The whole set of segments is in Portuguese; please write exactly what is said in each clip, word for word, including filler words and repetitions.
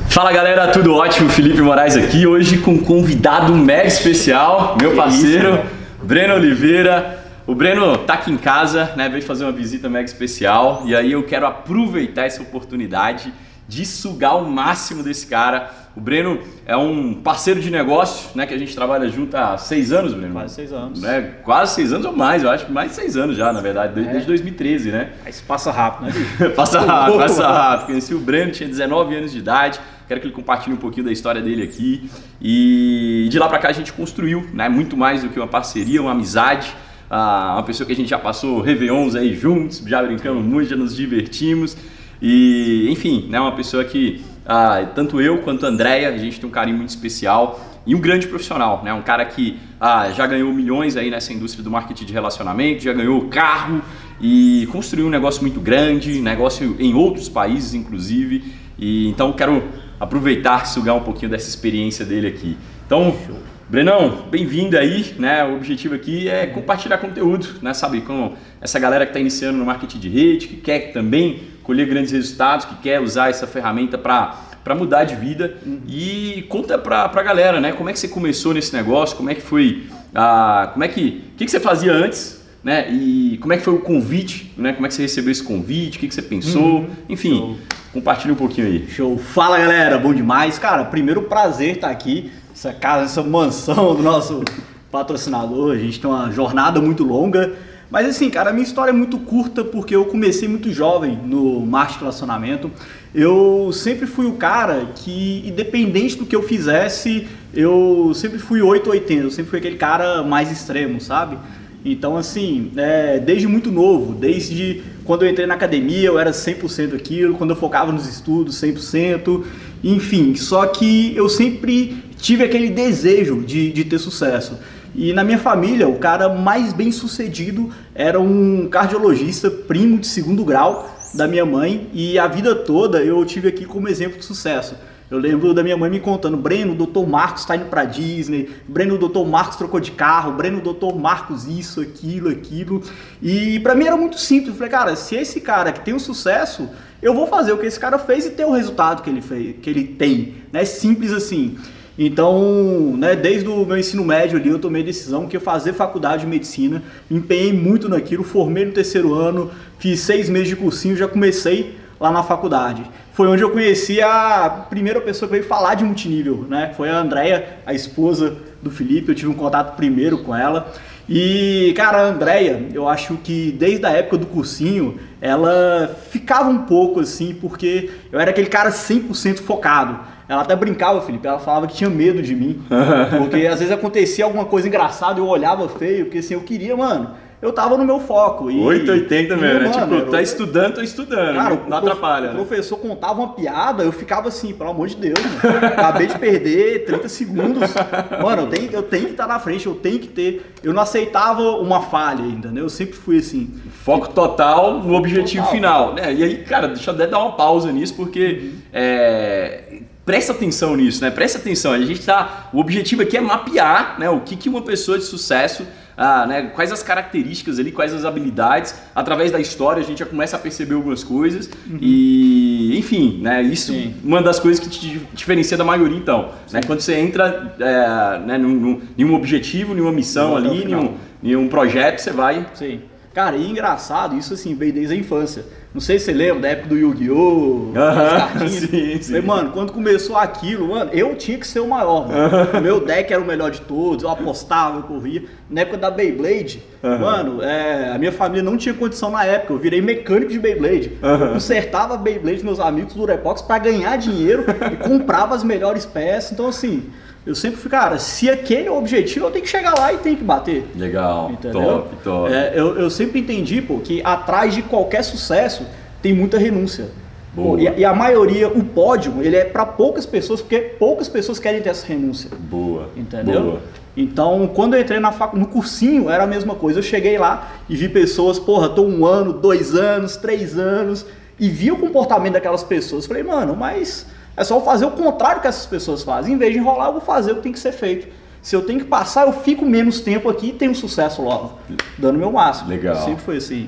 Fala galera, tudo ótimo? Felipe Moraes aqui, hoje com um convidado mega especial, meu parceiro, isso, Breno Oliveira. O Breno tá aqui em casa, né, veio fazer uma visita mega especial e aí eu quero aproveitar essa oportunidade de sugar o máximo desse cara. O Breno é um parceiro de negócio, né, que a gente trabalha junto há seis anos, Breno? Quase seis anos. Né? Quase seis anos ou mais, eu acho que mais de seis anos já, na verdade, desde, é. desde dois mil e treze, né? Mas passa rápido, né? passa rápido, passa rápido. Conheci o Breno, tinha dezenove anos de idade, quero que ele compartilhe um pouquinho da história dele aqui. E de lá pra cá a gente construiu, né, muito mais do que uma parceria, uma amizade. Ah, uma pessoa que a gente já passou réveillons aí juntos, já brincamos muito, já nos divertimos. E, enfim, né, uma pessoa que ah, tanto eu quanto a Andrea, a gente tem um carinho muito especial e um grande profissional, né? Um cara que ah, já ganhou milhões aí nessa indústria do marketing de relacionamento, já ganhou carro e construiu um negócio muito grande, negócio em outros países inclusive. E então quero aproveitar e sugar um pouquinho dessa experiência dele aqui. Então, Brenão, bem-vindo aí, né? O objetivo aqui é compartilhar conteúdo, né? Sabe, com essa galera que está iniciando no marketing de rede, que quer também colher grandes resultados, que quer usar essa ferramenta para para mudar de vida. Uhum. E conta para a galera, né? Como é que você começou nesse negócio, como é que foi, ah, como é que, o que, que você fazia antes, né? E como é que foi o convite, né? Como é que você recebeu esse convite, o que, que você pensou, uhum. Enfim, show. Compartilha um pouquinho aí. Show, fala galera, bom demais, cara, primeiro prazer estar aqui, essa casa, essa mansão do nosso patrocinador, a gente tem uma jornada muito longa. Mas assim, cara, a minha história é muito curta porque eu comecei muito jovem no marketing de relacionamento. Eu sempre fui o cara que, independente do que eu fizesse, eu sempre fui oito ou oitenta, eu sempre fui aquele cara mais extremo, sabe? Então assim, é, desde muito novo, desde quando eu entrei na academia eu era cem por cento aquilo, quando eu focava nos estudos cem por cento, enfim. Só que eu sempre tive aquele desejo de, de ter sucesso. E na minha família, o cara mais bem sucedido era um cardiologista, primo de segundo grau da minha mãe, e a vida toda eu tive aqui como exemplo de sucesso. Eu lembro da minha mãe me contando: Breno, o doutor Marcos está indo para Disney, Breno, o doutor Marcos trocou de carro, Breno, o doutor Marcos isso, aquilo, aquilo. E para mim era muito simples. Eu falei, cara, se esse cara que tem um sucesso, eu vou fazer o que esse cara fez e ter o resultado que ele, fez, que ele tem. Né? Simples assim. Então, né, desde o meu ensino médio ali eu tomei a decisão que eu ia fazer faculdade de medicina, me empenhei muito naquilo, formei no terceiro ano, fiz seis meses de cursinho, já comecei lá na faculdade. Foi onde eu conheci a primeira pessoa que veio falar de multinível, né? Foi a Andrea, a esposa do Felipe, eu tive um contato primeiro com ela. E, cara, a Andrea, eu acho que desde a época do cursinho, ela ficava um pouco assim, porque eu era aquele cara cem por cento focado. Ela até brincava, Felipe, ela falava que tinha medo de mim, porque às vezes acontecia alguma coisa engraçada e eu olhava feio, porque assim, eu queria, mano, eu tava no meu foco. E, oito, oitenta mesmo, né? Tipo, era, tá estudando, tô estudando, cara, não, não atrapalha. O né? professor contava uma piada, eu ficava assim, pelo amor de Deus, mano, acabei de perder trinta segundos, mano, eu tenho, eu tenho que estar na frente, eu tenho que ter, eu não aceitava uma falha ainda, né? Eu sempre fui assim. Foco total no objetivo total. Final, né? E aí, cara, deixa eu até dar uma pausa nisso, porque uhum. é... presta atenção nisso, né? Presta atenção. A gente tá, o objetivo aqui é mapear, né, o que, que uma pessoa de sucesso, ah, né, quais as características ali, quais as habilidades. Através da história a gente já começa a perceber algumas coisas. Uhum. E, enfim, né, isso é uma das coisas que te diferencia da maioria, então. Né, quando você entra é, né, num, num, em um objetivo, em uma missão ali, em um, em um projeto, você vai... Sim. Cara, e engraçado, isso assim, veio desde a infância. Não sei se você lembra da época do Yu-Gi-Oh! Uh-huh, sim, sim. Falei, mano, quando começou aquilo, mano, eu tinha que ser o maior. Uh-huh. O meu deck era o melhor de todos, eu apostava, eu corria. Na época da Beyblade, uh-huh. mano, é, a minha família não tinha condição na época. Eu virei mecânico de Beyblade. Uh-huh. Eu consertava a Beyblade dos meus amigos do Durepox pra ganhar dinheiro e comprava as melhores peças. Então, assim... eu sempre fui, cara, se aquele é o objetivo, eu tenho que chegar lá e tenho que bater. Legal, entendeu? Top, top. É, eu, eu sempre entendi, pô, que atrás de qualquer sucesso tem muita renúncia. Pô, e, e a maioria, o pódio, ele é para poucas pessoas, porque poucas pessoas querem ter essa renúncia. Boa. Entendeu? Boa. Então, quando eu entrei na fac... no cursinho, era a mesma coisa. Eu cheguei lá e vi pessoas, porra, tô um ano, dois anos, três anos, e vi o comportamento daquelas pessoas. Falei, mano, mas... é só eu fazer o contrário que essas pessoas fazem. Em vez de enrolar, eu vou fazer o que tem que ser feito. Se eu tenho que passar, eu fico menos tempo aqui e tenho sucesso logo. Dando o meu máximo. Legal. Sempre foi assim.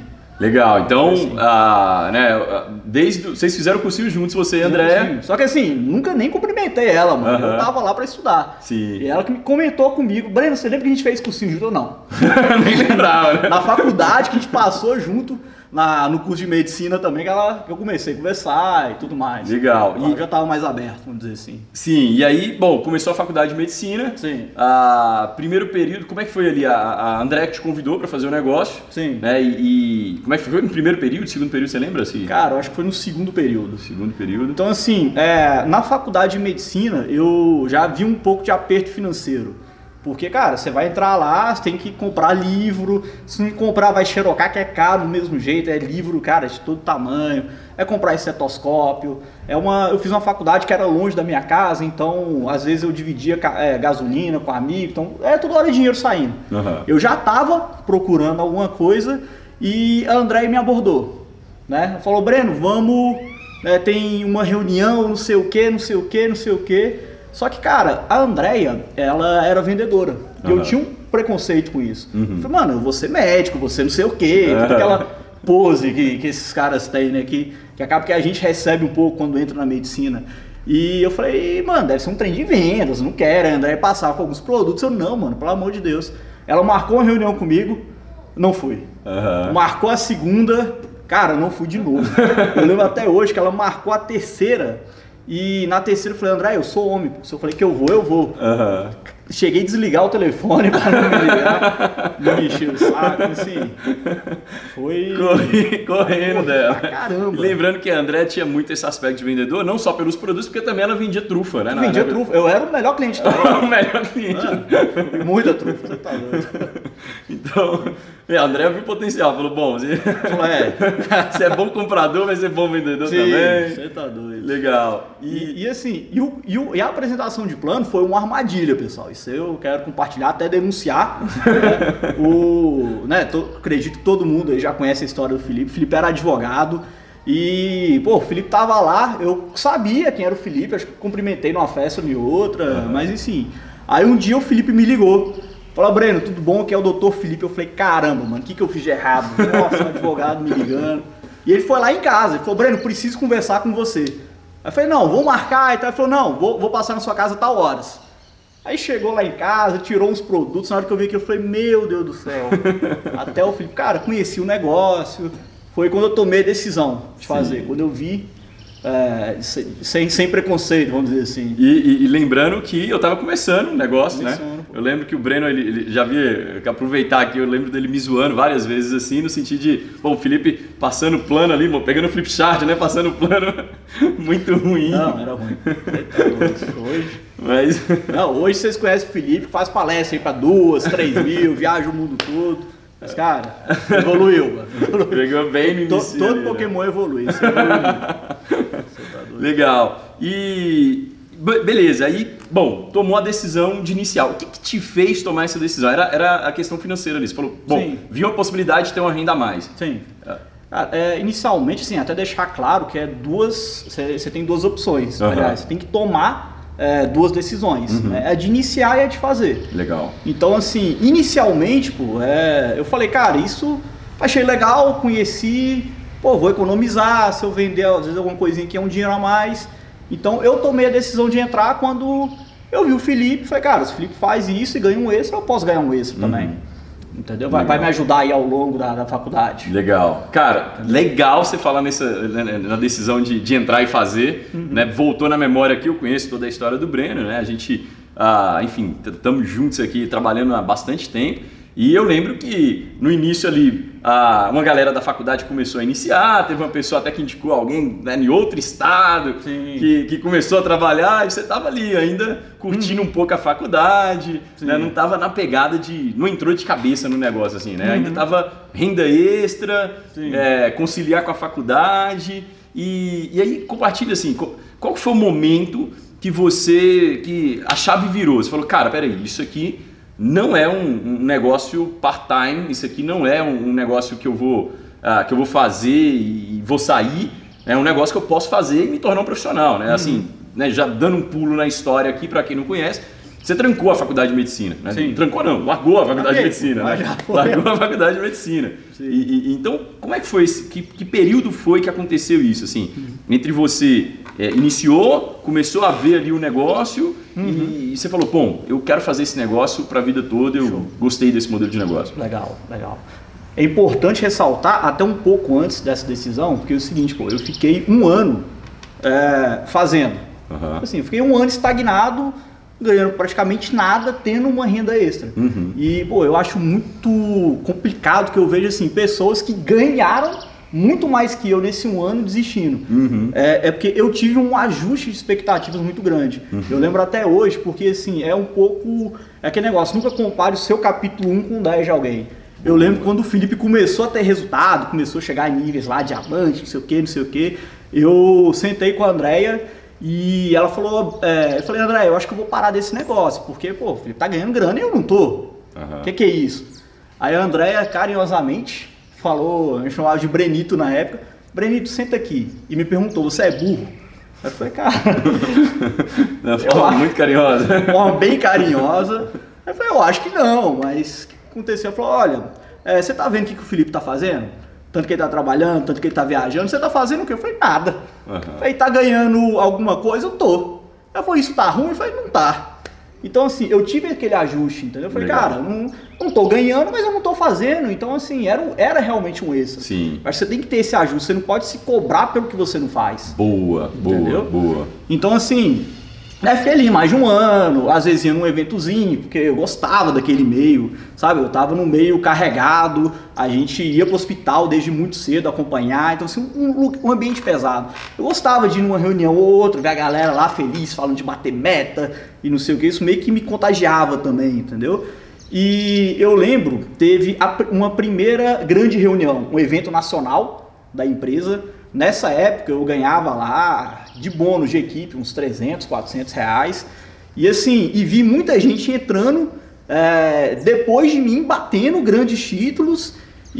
Legal, então, assim. ah, né, desde vocês fizeram o cursinho juntos, você e a Andréia. Só que assim, nunca nem cumprimentei ela, mano. Uhum. Eu tava lá pra estudar. Sim. E ela que me comentou comigo, Breno, você lembra que a gente fez cursinho junto ou não? Nem lembrava, né? Na faculdade que a gente passou junto, na, no curso de medicina também, que, ela, que eu comecei a conversar e tudo mais. Legal. Então, E eu já tava mais aberto, vamos dizer assim. sim, e aí, bom, começou a faculdade de medicina. Sim. Ah, primeiro período, como é que foi ali? A, a Andréia que te convidou para fazer o negócio. Sim. Né? E, e como é que foi no primeiro período, segundo período, você lembra? Assim? Cara, eu acho que foi no segundo período. Segundo período. Então, assim, é, na faculdade de medicina, eu já vi um pouco de aperto financeiro. Porque, cara, você vai entrar lá, você tem que comprar livro, se não comprar vai xerocar, que é caro do mesmo jeito, é livro, cara, de todo tamanho, é comprar estetoscópio, é uma, eu fiz uma faculdade que era longe da minha casa, então, às vezes eu dividia é, gasolina com amigo, então, é toda hora dinheiro saindo. Uhum. Eu já tava procurando alguma coisa e a Andréia me abordou, né, falou, Breno, vamos, né, tem uma reunião, não sei o que, não sei o que, não sei o que. Só que, cara, a Andréia, ela era vendedora. E Uhum. eu tinha um preconceito com isso. Uhum. Eu falei, mano, eu vou ser médico, vou ser não sei o quê. Uhum. Toda aquela pose que, que esses caras têm, né? Que, que acaba que a gente recebe um pouco quando entra na medicina. E eu falei, mano, deve ser um trem de vendas, não quero. A Andréia passava com alguns produtos. Eu, não, mano, pelo amor de Deus. Ela marcou uma reunião comigo, não fui. Uhum. Marcou a segunda, cara, não fui de novo. Eu lembro até hoje que ela marcou a terceira. E na terceira eu falei, André, eu sou homem, se eu falei que eu vou, eu vou. Uhum. Cheguei a desligar o telefone para não me ligar, não me encher o saco, assim, foi... Corri, correndo Corri dela. pra caramba. E lembrando que a Andréia tinha muito esse aspecto de vendedor, não só pelos produtos, porque também ela vendia trufa, né? Eu vendia trufa, eu era o melhor cliente dela. O melhor cliente. Ah, muita trufa, você tá doido. Então, a Andréia viu o potencial, falou, bom, você, Falou, é, você é bom comprador, vai ser bom vendedor sim, também. você tá doido. Legal. E, E, e assim, e, o, e, o, e a apresentação de plano foi uma armadilha, pessoal. Isso eu quero compartilhar, até denunciar. Né? O, né, tô, acredito que todo mundo aí já conhece a história do Felipe. O Felipe era advogado e, pô, o Felipe tava lá, eu sabia quem era o Felipe, acho que cumprimentei numa festa ou em outra, uhum. Mas enfim. Aí um dia o Felipe me ligou. Falou, Breno, tudo bom? Aqui é o doutor Felipe. Eu falei, caramba, mano, o que, que eu fiz de errado? Nossa, um advogado me ligando. E ele foi lá em casa, ele falou, Breno, preciso conversar com você. Aí eu falei, não, vou marcar e tal. Ele falou, não, vou, vou passar na sua casa a tal horas. Aí chegou lá em casa, tirou uns produtos, na hora que eu vi aquilo, eu falei, meu Deus do céu. Até o Felipe, cara, conheci o negócio. Foi quando eu tomei a decisão de fazer, Sim. quando eu vi, é, sem, sem preconceito, vamos dizer assim. E, e, e lembrando que eu tava começando o negócio, começando, né? Pô. Eu lembro que o Breno, ele, ele já vi, aproveitar aqui, eu lembro dele me zoando várias vezes assim, no sentido de, bom, o Felipe passando plano ali, pegando o flip chart, né? Passando plano muito ruim. Não, era ruim. Eita, hoje... Mas... Não, hoje vocês conhecem o Felipe, faz palestra aí pra duas, três mil, viaja o mundo todo. Mas, cara, evoluiu, mano. Pegou bem no início. Todo ali, Pokémon né? evolui. Você evolui. Legal. E... Beleza, aí, bom, tomou a decisão de inicial. O que, que te fez tomar essa decisão? Era, era a questão financeira ali. Você falou, bom, Sim. viu a possibilidade de ter uma renda a mais. Sim. Cara, é, inicialmente, sim, até deixar claro que é duas, você, você tem duas opções. Uhum. Aliás, você tem que tomar é, duas decisões. Uhum. Né? É de iniciar e é de fazer. Legal. Então, assim, inicialmente, pô, é, eu falei, cara, isso achei legal, conheci, pô, vou economizar, se eu vender, às vezes, alguma coisinha que é um dinheiro a mais. Então, eu tomei a decisão de entrar quando eu vi o Felipe, falei, cara, se o Felipe faz isso e ganha um extra, eu posso ganhar um extra uhum. também. Entendeu? Vai, vai me ajudar aí ao longo da, da faculdade. Legal. Cara, legal você falar nessa, na decisão de, de entrar e fazer. Uhum. Né? Voltou na memória aqui, eu conheço toda a história do Breno, né? A gente, ah, enfim, estamos juntos aqui trabalhando há bastante tempo. E eu lembro que no início ali, ah, uma galera da faculdade começou a iniciar, teve uma pessoa até que indicou alguém, né, em outro estado que, que começou a trabalhar, e você estava ali ainda curtindo hum. um pouco a faculdade, né, não estava na pegada de, não entrou de cabeça no negócio assim, né, uhum. ainda estava renda extra, é, conciliar com a faculdade, e, e aí compartilha assim, qual foi o momento que você, que a chave virou, você falou, cara, peraí, isso aqui não é um, um negócio part-time, isso aqui não é um, um negócio que eu, vou, uh, que eu vou fazer e vou sair, é um negócio que eu posso fazer e me tornar um profissional, né? Uhum. Assim, né, já dando um pulo na história aqui para quem não conhece, Você trancou a faculdade de medicina, né? Sim. Trancou não, largou a faculdade de medicina, né? Largou a faculdade de medicina. E, e, então, como é que foi esse, que, que período foi que aconteceu isso, assim? Uhum. Entre você é, iniciou, começou a ver ali o negócio uhum. e, e você falou, bom, eu quero fazer esse negócio para a vida toda, eu Show. Gostei desse modelo de negócio. Legal, legal. É importante ressaltar até um pouco antes dessa decisão, porque é o seguinte, pô, eu fiquei um ano é, fazendo. Uhum. Assim, eu fiquei um ano estagnado, ganhando praticamente nada, tendo uma renda extra. Uhum. E, pô, eu acho muito complicado que eu vejo, assim, pessoas que ganharam muito mais que eu nesse um ano desistindo. Uhum. É, é porque eu tive um ajuste de expectativas muito grande. Uhum. Eu lembro até hoje, porque, assim, é um pouco... É aquele negócio, nunca compare o seu capítulo um com dez de alguém. Eu lembro quando o Felipe começou a ter resultado, começou a chegar em níveis lá, diamante, não sei o que, não sei o que, eu sentei com a Andrea e ela falou, é, eu falei, André, eu acho que eu vou parar desse negócio, porque, pô, o Felipe tá ganhando grana e eu não tô. O uhum. que que é isso? Aí a Andrea, carinhosamente, falou, me chamava de Brenito na época, Brenito, senta aqui, e me perguntou, você é burro? Aí eu falei, cara... Uma forma muito carinhosa. Uma forma bem carinhosa. Aí eu falei, eu acho que não, mas o que aconteceu? Ela falou, olha, é, você tá vendo o que, que o Felipe tá fazendo? Tanto que ele tá trabalhando, tanto que ele tá viajando, você tá fazendo o quê? Eu falei, nada. Uhum. Eu falei, tá ganhando alguma coisa? Eu tô. Ela falou, isso tá ruim? Eu falei, não tá. Então, assim, eu tive aquele ajuste, entendeu? Eu falei, Legal. cara, não, não tô ganhando, mas eu não tô fazendo. Então, assim, era, era realmente um extra. Sim. Mas você tem que ter esse ajuste, você não pode se cobrar pelo que você não faz. Boa, entendeu? boa, boa. Então, assim... Né, fiquei ali mais de um ano, às vezes ia num eventozinho, porque eu gostava daquele meio, sabe? Eu tava no meio carregado, a gente ia pro hospital desde muito cedo acompanhar, então assim, um, um ambiente pesado. Eu gostava de ir numa reunião ou outra, ver a galera lá feliz, falando de bater meta e não sei o que, isso meio que me contagiava também, entendeu? E eu lembro, teve a, uma primeira grande reunião, um evento nacional da empresa. Nessa época eu ganhava lá de bônus de equipe uns trezentos, quatrocentos reais e assim, e vi muita gente entrando é, depois de mim batendo grandes títulos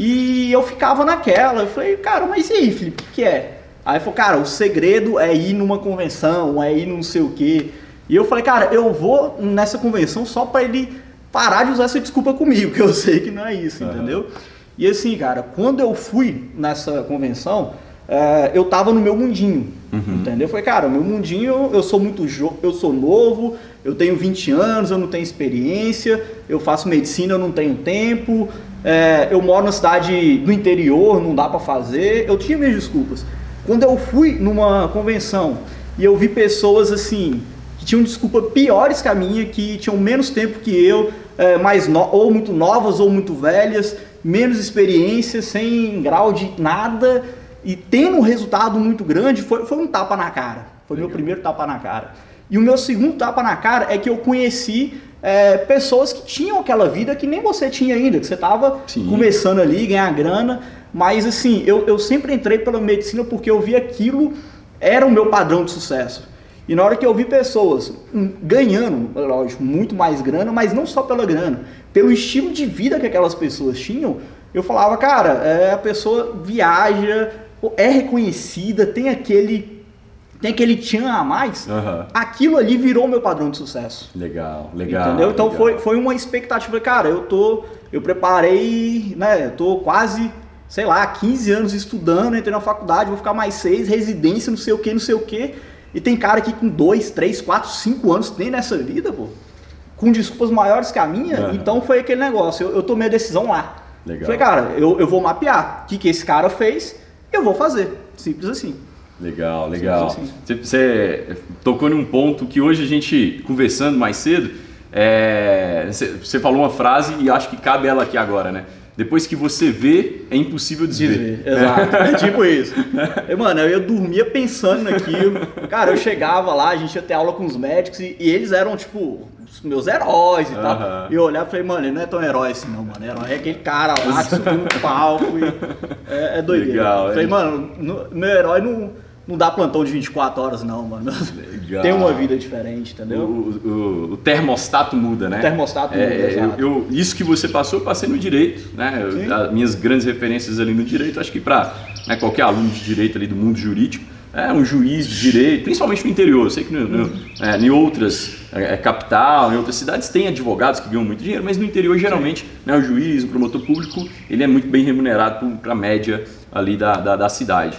e eu ficava naquela, eu falei, cara, mas e aí, Felipe, o que é? Aí ele falou, cara, o segredo é ir numa convenção, é ir não sei o que, e eu falei, cara, eu vou nessa convenção só para ele parar de usar essa desculpa comigo, que eu sei que não é isso, uhum. entendeu? E assim, cara, quando eu fui nessa convenção, Uh, eu tava no meu mundinho, uhum. entendeu? Eu falei, cara, o meu mundinho, eu sou muito jo- eu sou novo, eu tenho vinte anos, eu não tenho experiência, eu faço medicina, eu não tenho tempo, é, eu moro na cidade do interior, não dá pra fazer, eu tinha minhas desculpas. Quando eu fui numa convenção e eu vi pessoas assim, que tinham desculpa piores que a minha, que tinham menos tempo que eu, é, mais no- ou muito novas ou muito velhas, menos experiência, sem grau de nada... E tendo um resultado muito grande, foi, foi um tapa na cara. Foi Legal. Meu primeiro tapa na cara. E o meu segundo tapa na cara é que eu conheci é, pessoas que tinham aquela vida que nem você tinha ainda, que você estava começando ali, ganhar grana. Mas assim, eu, eu sempre entrei pela medicina porque eu vi aquilo, era o meu padrão de sucesso. E na hora que eu vi pessoas ganhando, lógico, muito mais grana, mas não só pela grana, pelo estilo de vida que aquelas pessoas tinham, eu falava, cara, é, a pessoa viaja... é reconhecida, tem aquele, tem aquele tchan a mais, uhum. aquilo ali virou meu padrão de sucesso. Legal, legal. Entendeu? Então legal. Foi, foi uma expectativa, cara, eu tô, eu preparei, né, tô quase, sei lá, quinze anos estudando, entrei na faculdade, vou ficar mais seis, residência, não sei o que, não sei o que, e tem cara aqui com dois, três, quatro, cinco anos tem nessa vida, pô, com desculpas maiores que a minha, uhum. então foi aquele negócio, eu, eu tomei a decisão lá. Legal. Falei, cara, eu, eu vou mapear o que, que esse cara fez, eu vou fazer, simples assim. Legal, legal. Assim. Você, você tocou em um ponto que hoje a gente, conversando mais cedo, é, você, você falou uma frase e acho que cabe ela aqui agora, né? Depois que você vê, é impossível desver. desver exato, é tipo isso. Eu, mano, eu dormia pensando naquilo. Cara, eu chegava lá, a gente ia ter aula com os médicos e, e eles eram, tipo, os meus heróis e uhum. tal. E eu olhava e falei, mano, ele não é tão herói assim não, mano. Herói é aquele cara lá que subiu no palco e é, é doideira. Legal, eu falei, mano, no, meu herói não, não dá plantão de vinte e quatro horas não, mano. Legal. Tem uma vida diferente, entendeu? O, o, o termostato muda, né? O termostato muda, é, eu, eu, Isso que você passou, eu passei no direito, né? Eu, as minhas grandes referências ali no direito, acho que para né, qualquer aluno de direito ali do mundo jurídico, é, um juiz de direito, principalmente no interior. Eu sei que no, no, é, em outras, é, capital, em outras cidades, tem advogados que ganham muito dinheiro, mas no interior, geralmente, né, o juiz, o promotor público, ele é muito bem remunerado para a média ali da, da, da cidade.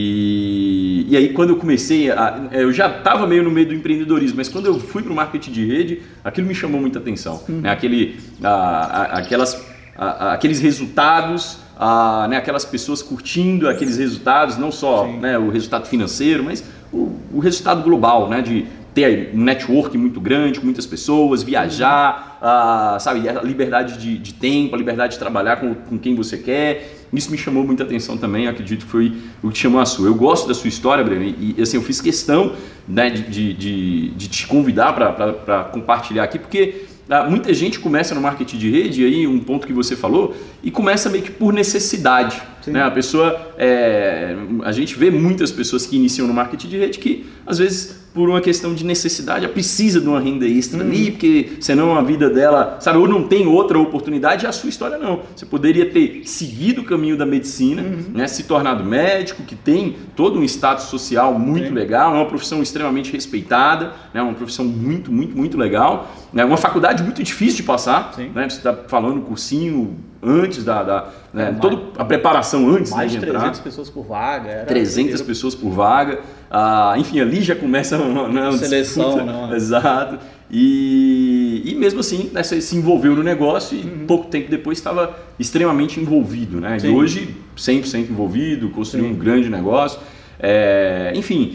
E, e aí quando eu comecei, a, eu já estava meio no meio do empreendedorismo, mas quando eu fui para o marketing de rede, aquilo me chamou muita atenção. Uhum. Né? Aquele, a, a, aquelas, a, a, aqueles resultados, a, né? Aquelas pessoas curtindo aqueles resultados, não só, né, o resultado financeiro, mas o, o resultado global, né, de ter um network muito grande com muitas pessoas, viajar, uhum. uh, sabe, a liberdade de, de tempo, a liberdade de trabalhar com, com quem você quer. Isso me chamou muita atenção também, acredito que foi o que chamou a sua. Eu gosto da sua história, Breno, e, e assim, eu fiz questão, né, de, de, de, de te convidar para compartilhar aqui, porque ah, muita gente começa no marketing de rede, e aí um ponto que você falou, e começa meio que por necessidade. Né? A pessoa, é, a gente vê muitas pessoas que iniciam no marketing de rede que, às vezes, por uma questão de necessidade, ela precisa de uma renda extra uhum. ali, porque senão a vida dela, sabe, ou não tem outra oportunidade, a sua história não. Você poderia ter seguido o caminho da medicina, uhum. né, se tornado médico, que tem todo um status social muito Sim. legal, é uma profissão extremamente respeitada, né, uma profissão muito, muito, muito legal, né, uma faculdade muito difícil de passar, né, você está falando cursinho antes da, da né, é, toda a preparação antes mais de entrar. trezentas pessoas por vaga. Era trezentas pessoas por vaga. Ah, enfim, ali já começa uma, uma seleção. Não. Exato. E, e mesmo assim, né, você se envolveu no negócio e uhum. pouco tempo depois estava extremamente envolvido. Né? E hoje, cem por cento envolvido, construiu Sim. um grande negócio. É, enfim,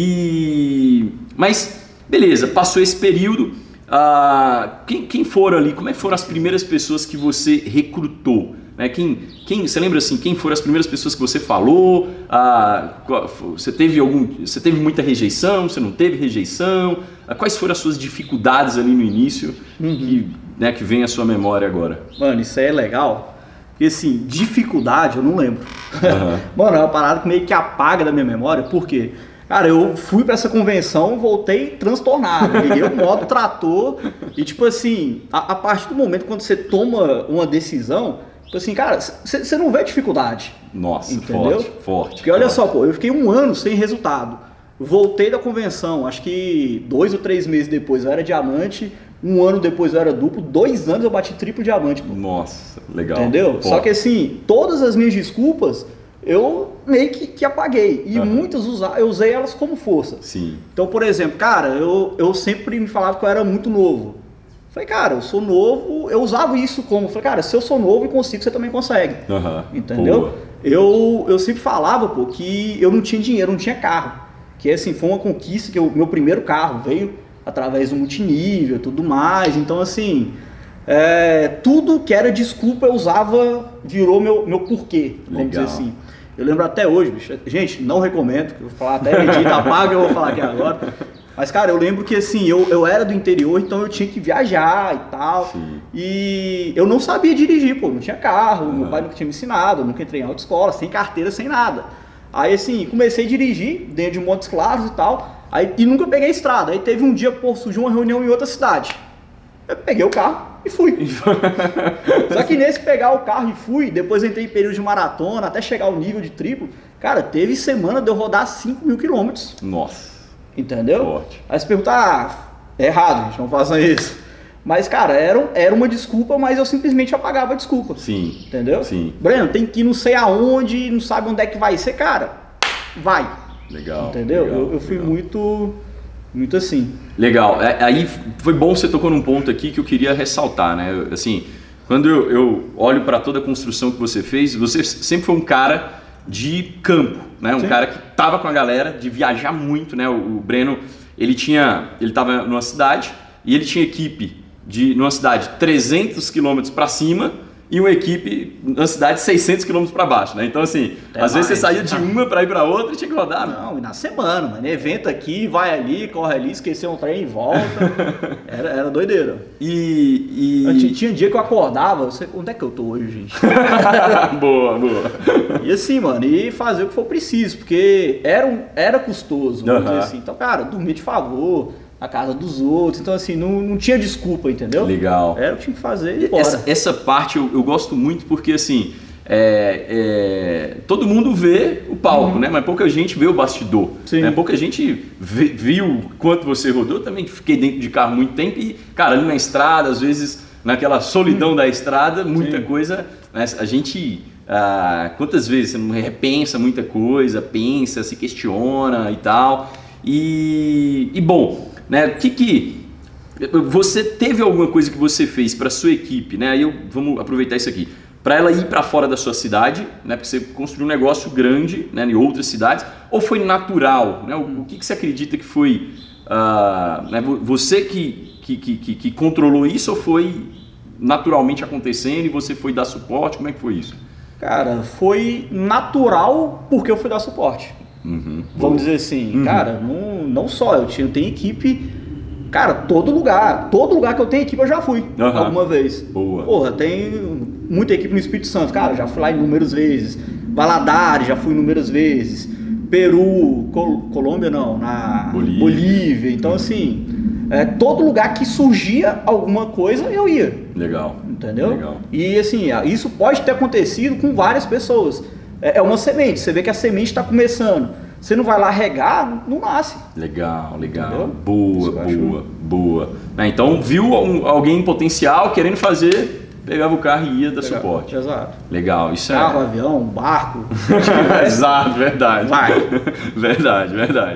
e, mas beleza, passou esse período. Ah, quem, quem foram ali, como é que foram as primeiras pessoas que você recrutou? Né? Quem, quem, você lembra assim, quem foram as primeiras pessoas que você falou? Ah, você, teve algum, você teve muita rejeição? Você não teve rejeição? Ah, quais foram as suas dificuldades ali no início uhum. que, né, que vem à sua memória agora? Mano, isso aí é legal. Porque assim, dificuldade eu não lembro. Uhum. Mano, é uma parada que meio que apaga da minha memória, por quê? Cara, eu fui pra essa convenção, voltei transtornado, liguei o modo trator e tipo assim, a, a partir do momento quando você toma uma decisão, tipo assim, cara, você não vê dificuldade. Nossa, entendeu? forte, forte. Porque olha forte. só, pô, eu fiquei um ano sem resultado, voltei da convenção, acho que dois ou três meses depois eu era diamante, um ano depois eu era duplo, dois anos eu bati triplo diamante, pô. Nossa, legal. Entendeu? Forte. Só que assim, todas as minhas desculpas eu meio que, que apaguei. E uhum. muitas usa, eu usei elas como força. Sim. Então, por exemplo, cara, eu, eu sempre me falava que eu era muito novo. Falei, cara, eu sou novo, eu usava isso como, falei, cara, se eu sou novo e consigo, você também consegue. Uhum. Entendeu? Eu, eu sempre falava, pô, que eu não tinha dinheiro, não tinha carro. Que assim, foi uma conquista que o meu primeiro carro veio através do multinível e tudo mais. Então, assim, é, tudo que era desculpa eu usava, virou meu, meu porquê, vamos Legal. dizer assim. Eu lembro até hoje, bicho. Gente, não recomendo, que eu vou falar até medida, apaga, eu vou falar aqui agora. Mas, cara, eu lembro que assim, eu, eu era do interior, então eu tinha que viajar e tal. Sim. E eu não sabia dirigir, pô, não tinha carro, uhum. meu pai nunca tinha me ensinado, eu nunca entrei em autoescola, sem carteira, sem nada. Aí, assim, comecei a dirigir dentro de Montes Claros e tal, aí, e nunca peguei estrada. Aí teve um dia, pô, surgiu uma reunião em outra cidade. Eu peguei o carro e fui. Só que nesse pegar o carro e fui, depois entrei em período de maratona, até chegar ao nível de triplo, cara, teve semana de eu rodar cinco mil quilômetros. Nossa. Entendeu? Forte. Aí você pergunta, ah, é errado, gente, não façam isso. Mas, cara, era, era uma desculpa, mas eu simplesmente apagava a desculpa. Sim. Entendeu? Sim. Breno, tem que ir não sei aonde, não sabe onde é que vai ser, cara, vai. Legal. Entendeu? Legal, eu, eu fui legal. muito... Muito assim. Legal. É, aí foi bom você tocou num ponto aqui que eu queria ressaltar, né? Assim, quando eu, eu olho para toda a construção que você fez, você sempre foi um cara de campo, né? Um Sim. cara que tava com a galera, de viajar muito, né? O, o Breno, ele tinha, ele tava numa cidade e ele tinha equipe de numa cidade trezentos quilômetros para cima e uma equipe na cidade seiscentos quilômetros para baixo, né? Então assim, Até às mais. vezes você saía de uma para ir para outra e tinha que rodar. Não, e na semana, mano, evento aqui, vai ali, corre ali, esqueceu um trem e volta. Era, era doideira. E, e... Tinha, tinha dia que eu acordava, você, onde é que eu tô hoje, gente? Boa, boa. E assim, mano, e fazer o que for preciso, porque era, um, era custoso, vamos uhum. dizer assim. Então, cara, dormir de favor, na casa dos outros, então assim, não, não tinha desculpa, entendeu? Legal. Era o que tinha que fazer e bora. Essa, essa parte eu, eu gosto muito porque assim, é, é, todo mundo vê o palco, uhum. né? Mas pouca gente vê o bastidor. Né? Pouca gente vê, viu quanto você rodou. Eu também fiquei dentro de carro muito tempo e, cara, ali na estrada, às vezes naquela solidão uhum. da estrada, muita Sim. coisa. Né? A gente, ah, quantas vezes você não repensa muita coisa, pensa, se questiona e tal. E, e bom, né? O que que você teve alguma coisa que você fez para sua equipe, né? Aí eu vamos aproveitar isso aqui. Para ela ir para fora da sua cidade, né? Porque você construiu um negócio grande, né? Em outras cidades, ou foi natural, né? O, o que, que você acredita que foi uh, né? você que, que, que, que controlou isso ou foi naturalmente acontecendo e você foi dar suporte? Como é que foi isso? Cara, foi natural porque eu fui dar suporte. Uhum, Vamos dizer assim, uhum. cara, não, não só, eu, tinha, eu tenho equipe, cara, todo lugar, todo lugar que eu tenho equipe eu já fui, uhum. alguma vez. Boa. Porra, tem muita equipe no Espírito Santo, cara, já fui lá inúmeras vezes. Valadares, já fui inúmeras vezes. Peru, Col Colômbia não, na Bolívia. Bolívia. Então, uhum. assim, é, todo lugar que surgia alguma coisa, eu ia. Legal. Entendeu? Legal. E assim, isso pode ter acontecido com várias pessoas. É uma semente, você vê que a semente está começando. Você não vai lá regar, não nasce. Legal, legal. Entendeu? Boa, Isso boa, boa. Ah, então, viu um, alguém em potencial querendo fazer, pegava o carro e ia dar Legal. suporte. Exato. Legal, isso Carro, é... avião, barco. Exato, verdade. Vai. Verdade, verdade.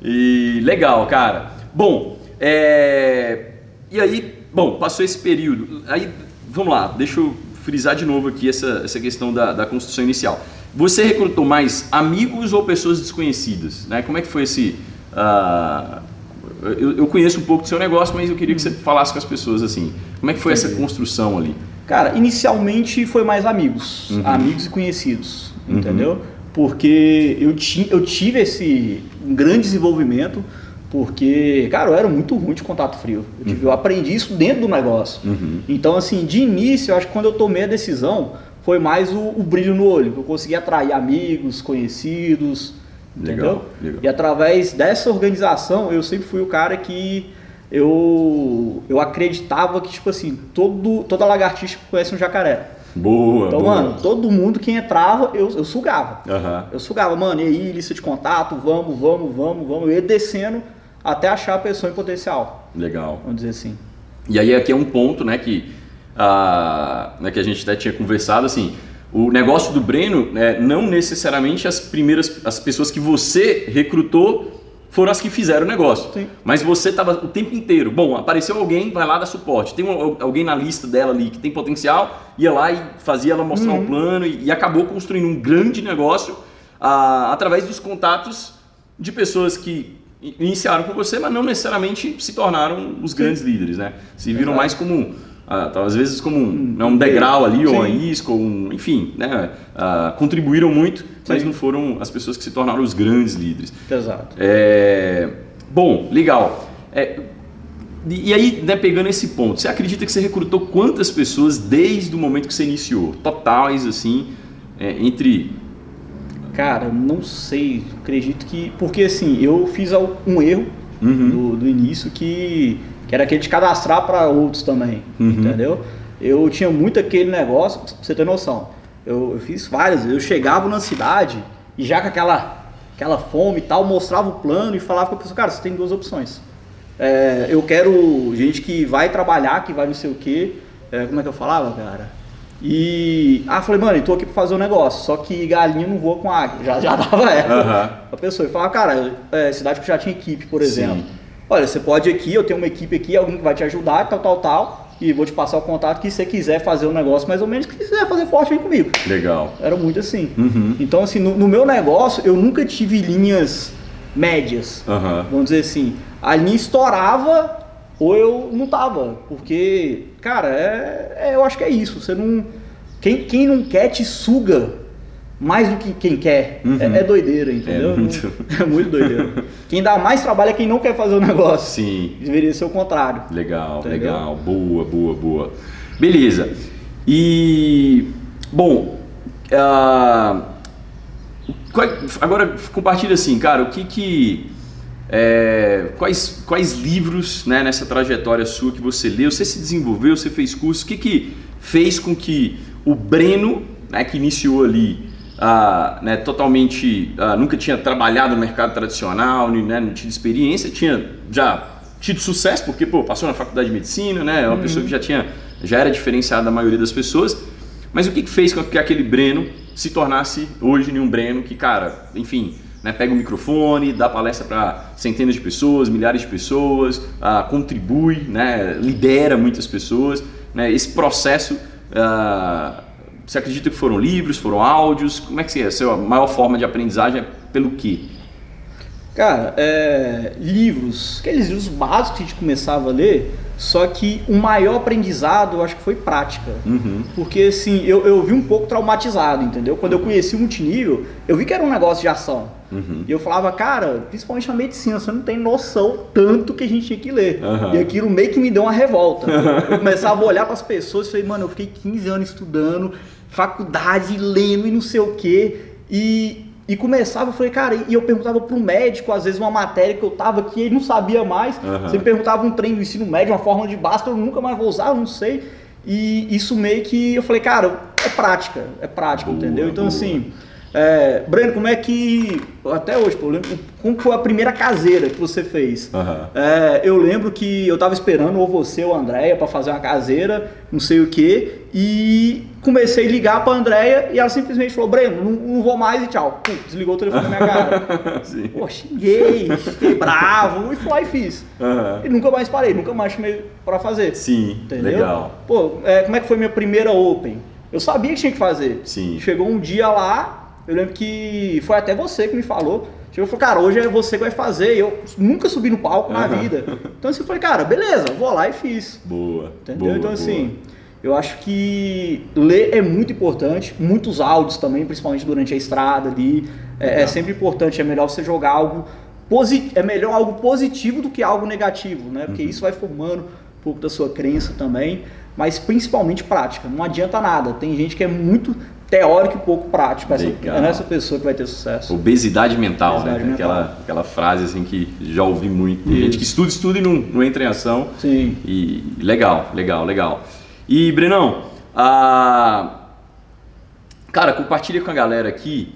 E legal, cara. Bom, é... e aí, bom, passou esse período. Aí, vamos lá, deixa eu frisar de novo aqui essa, essa questão da, da construção inicial. Você recrutou mais amigos ou pessoas desconhecidas? Né? Como é que foi esse... Uh, eu, eu conheço um pouco do seu negócio, mas eu queria que você falasse com as pessoas assim. Como é que foi Entendi. essa construção ali? Cara, inicialmente foi mais amigos. Uhum. Amigos e conhecidos, uhum. entendeu? Porque eu, ti, eu tive esse um grande desenvolvimento, porque, cara, eu era muito ruim de contato frio. Eu, tive, uhum. eu aprendi isso dentro do negócio. Uhum. Então, assim, de início, eu acho que quando eu tomei a decisão... foi mais o, o brilho no olho, que eu consegui atrair amigos, conhecidos, legal, entendeu? Legal. E através dessa organização, eu sempre fui o cara que eu, eu acreditava que, tipo assim, todo, toda lagartixa conhece um jacaré. Boa, Então, boa. mano, todo mundo que entrava, eu, eu sugava. Uhum. Eu sugava, mano, e aí, lista de contato, vamos, vamos, vamos, vamos. Eu ia descendo até achar a pessoa em potencial. Legal. Vamos dizer assim. E aí aqui é um ponto, né, que... Ah, né, que a gente até tinha conversado, assim, o negócio do Breno, né, não necessariamente as primeiras, as pessoas que você recrutou foram as que fizeram o negócio, Sim. mas você estava o tempo inteiro, bom, apareceu alguém, vai lá dar suporte, tem um, alguém na lista dela ali que tem potencial, ia lá e fazia ela mostrar uhum. um plano e, e acabou construindo um grande negócio ah, através dos contatos de pessoas que iniciaram com você, mas não necessariamente se tornaram os grandes Sim. líderes, né? Se viram Exato. mais como... Ah, às vezes como um, um, um degrau ali, Sim. ou uma isca, ou um, enfim, né? ah, contribuíram muito, Sim. mas não foram as pessoas que se tornaram os grandes líderes. Exato. É, bom, legal. É, e aí, né, pegando esse ponto, você acredita que você recrutou quantas pessoas desde o momento que você iniciou? Totais, assim, é, entre... Cara, não sei, acredito que... Porque assim, eu fiz um erro uhum. do, do início que... que era aquele de cadastrar para outros também, uhum. entendeu? Eu tinha muito aquele negócio, pra você ter noção, eu, eu fiz várias, eu chegava na cidade e já com aquela, aquela fome e tal, mostrava o plano e falava com a pessoa, cara, você tem duas opções. É, eu quero gente que vai trabalhar, que vai não sei o quê, é, como é que eu falava, cara? E, ah, falei, mano, eu tô aqui pra fazer um negócio, só que galinha não voa com águia, já, já dava essa. Uhum. A pessoa e falava, cara, é, cidade que já tinha equipe, por exemplo. Sim. Olha, você pode ir aqui, eu tenho uma equipe aqui, alguém que vai te ajudar, tal, tal, tal, e vou te passar o contato que você quiser fazer um negócio mais ou menos, que quiser fazer forte, vem comigo. Legal. Era muito assim. Uhum. Então, assim, no, no meu negócio, eu nunca tive linhas médias, uhum. vamos dizer assim. A linha estourava ou eu não tava, porque, cara, é, é, eu acho que é isso. Você não, quem, quem não quer te suga mais do que quem quer. Uhum. É, é doideira, entendeu? É muito... é muito doideira. Quem dá mais trabalho é quem não quer fazer o negócio. Sim. Deveria ser o contrário. Legal, entendeu? Legal. Boa, boa, boa. Beleza. E, bom, uh, agora compartilha assim, cara, o que que... É, quais, quais livros, né, nessa trajetória sua que você leu, você se desenvolveu, você fez curso, o que que fez com que o Breno né, que iniciou ali, uh, né, totalmente, uh, nunca tinha trabalhado no mercado tradicional, né, não tinha experiência, tinha já tido sucesso, porque pô, passou na faculdade de medicina, né, é uma uhum. pessoa que já, tinha, já era diferenciada da maioria das pessoas, mas o que, que fez com que aquele Breno se tornasse hoje um Breno que, cara, enfim... Né, pega o microfone, dá palestra para centenas de pessoas, milhares de pessoas, uh, contribui, né, lidera muitas pessoas. Né, esse processo, uh, você acredita que foram livros, foram áudios? Como é que é? A sua maior forma de aprendizagem é pelo quê? Cara, é, livros, aqueles livros básicos que a gente começava a ler, só que o maior aprendizado eu acho que foi prática. Uhum. Porque assim, eu, eu vi um pouco traumatizado, entendeu? Quando eu conheci o multinível, eu vi que era um negócio de ação. Uhum. E eu falava, cara, principalmente na medicina, você não tem noção tanto que a gente tinha que ler. Uhum. E aquilo meio que me deu uma revolta. Eu começava a olhar para as pessoas e falei, mano, eu fiquei quinze anos estudando, faculdade, lendo e não sei o quê. E... E começava, eu falei, cara, e eu perguntava para o médico, às vezes uma matéria que eu tava aqui, ele não sabia mais. Uhum. Você me perguntava um trem do ensino médio, uma fórmula de Bhaskara, eu nunca mais vou usar, eu não sei. E isso meio que, eu falei, cara, é prática, é prática, boa, entendeu? Então boa. assim, é, Breno, como é que, até hoje, pô, como foi a primeira caseira que você fez? Uhum. É, eu lembro que eu tava esperando ou você ou a Andréia para fazer uma caseira, não sei o que, e... comecei a ligar pra Andréia e ela simplesmente falou, Breno, não, não vou mais e tchau. Pum, desligou o telefone na minha cara. Sim. Pô, xinguei, fiquei bravo e fui lá e fiz. Uhum. E nunca mais parei, nunca mais chamei pra fazer. Sim, entendeu? Legal. Pô, é, como é que foi minha primeira Open? Eu sabia que tinha que fazer. Sim. Chegou um dia lá, eu lembro que foi até você que me falou. Chegou e falou, cara, hoje é você que vai fazer. Eu nunca subi no palco uhum. na vida. Então assim, eu falei, cara, beleza, vou lá e fiz. Boa. Entendeu? Boa, então assim... boa. Eu acho que ler é muito importante, muitos áudios também, principalmente durante a estrada ali, é, é sempre importante, é melhor você jogar algo positivo, é melhor algo positivo do que algo negativo, né? Porque uhum. isso vai formando um pouco da sua crença também, mas principalmente prática, não adianta nada, tem gente que é muito teórico e pouco prático, essa, é essa pessoa que vai ter sucesso. Obesidade mental, Obesidade né? mental. Aquela, aquela frase assim que já ouvi muito, tem gente que estuda, estuda e não, não entra em ação. Sim. E legal, legal, legal. E, Brenão, ah, cara, compartilha com a galera aqui,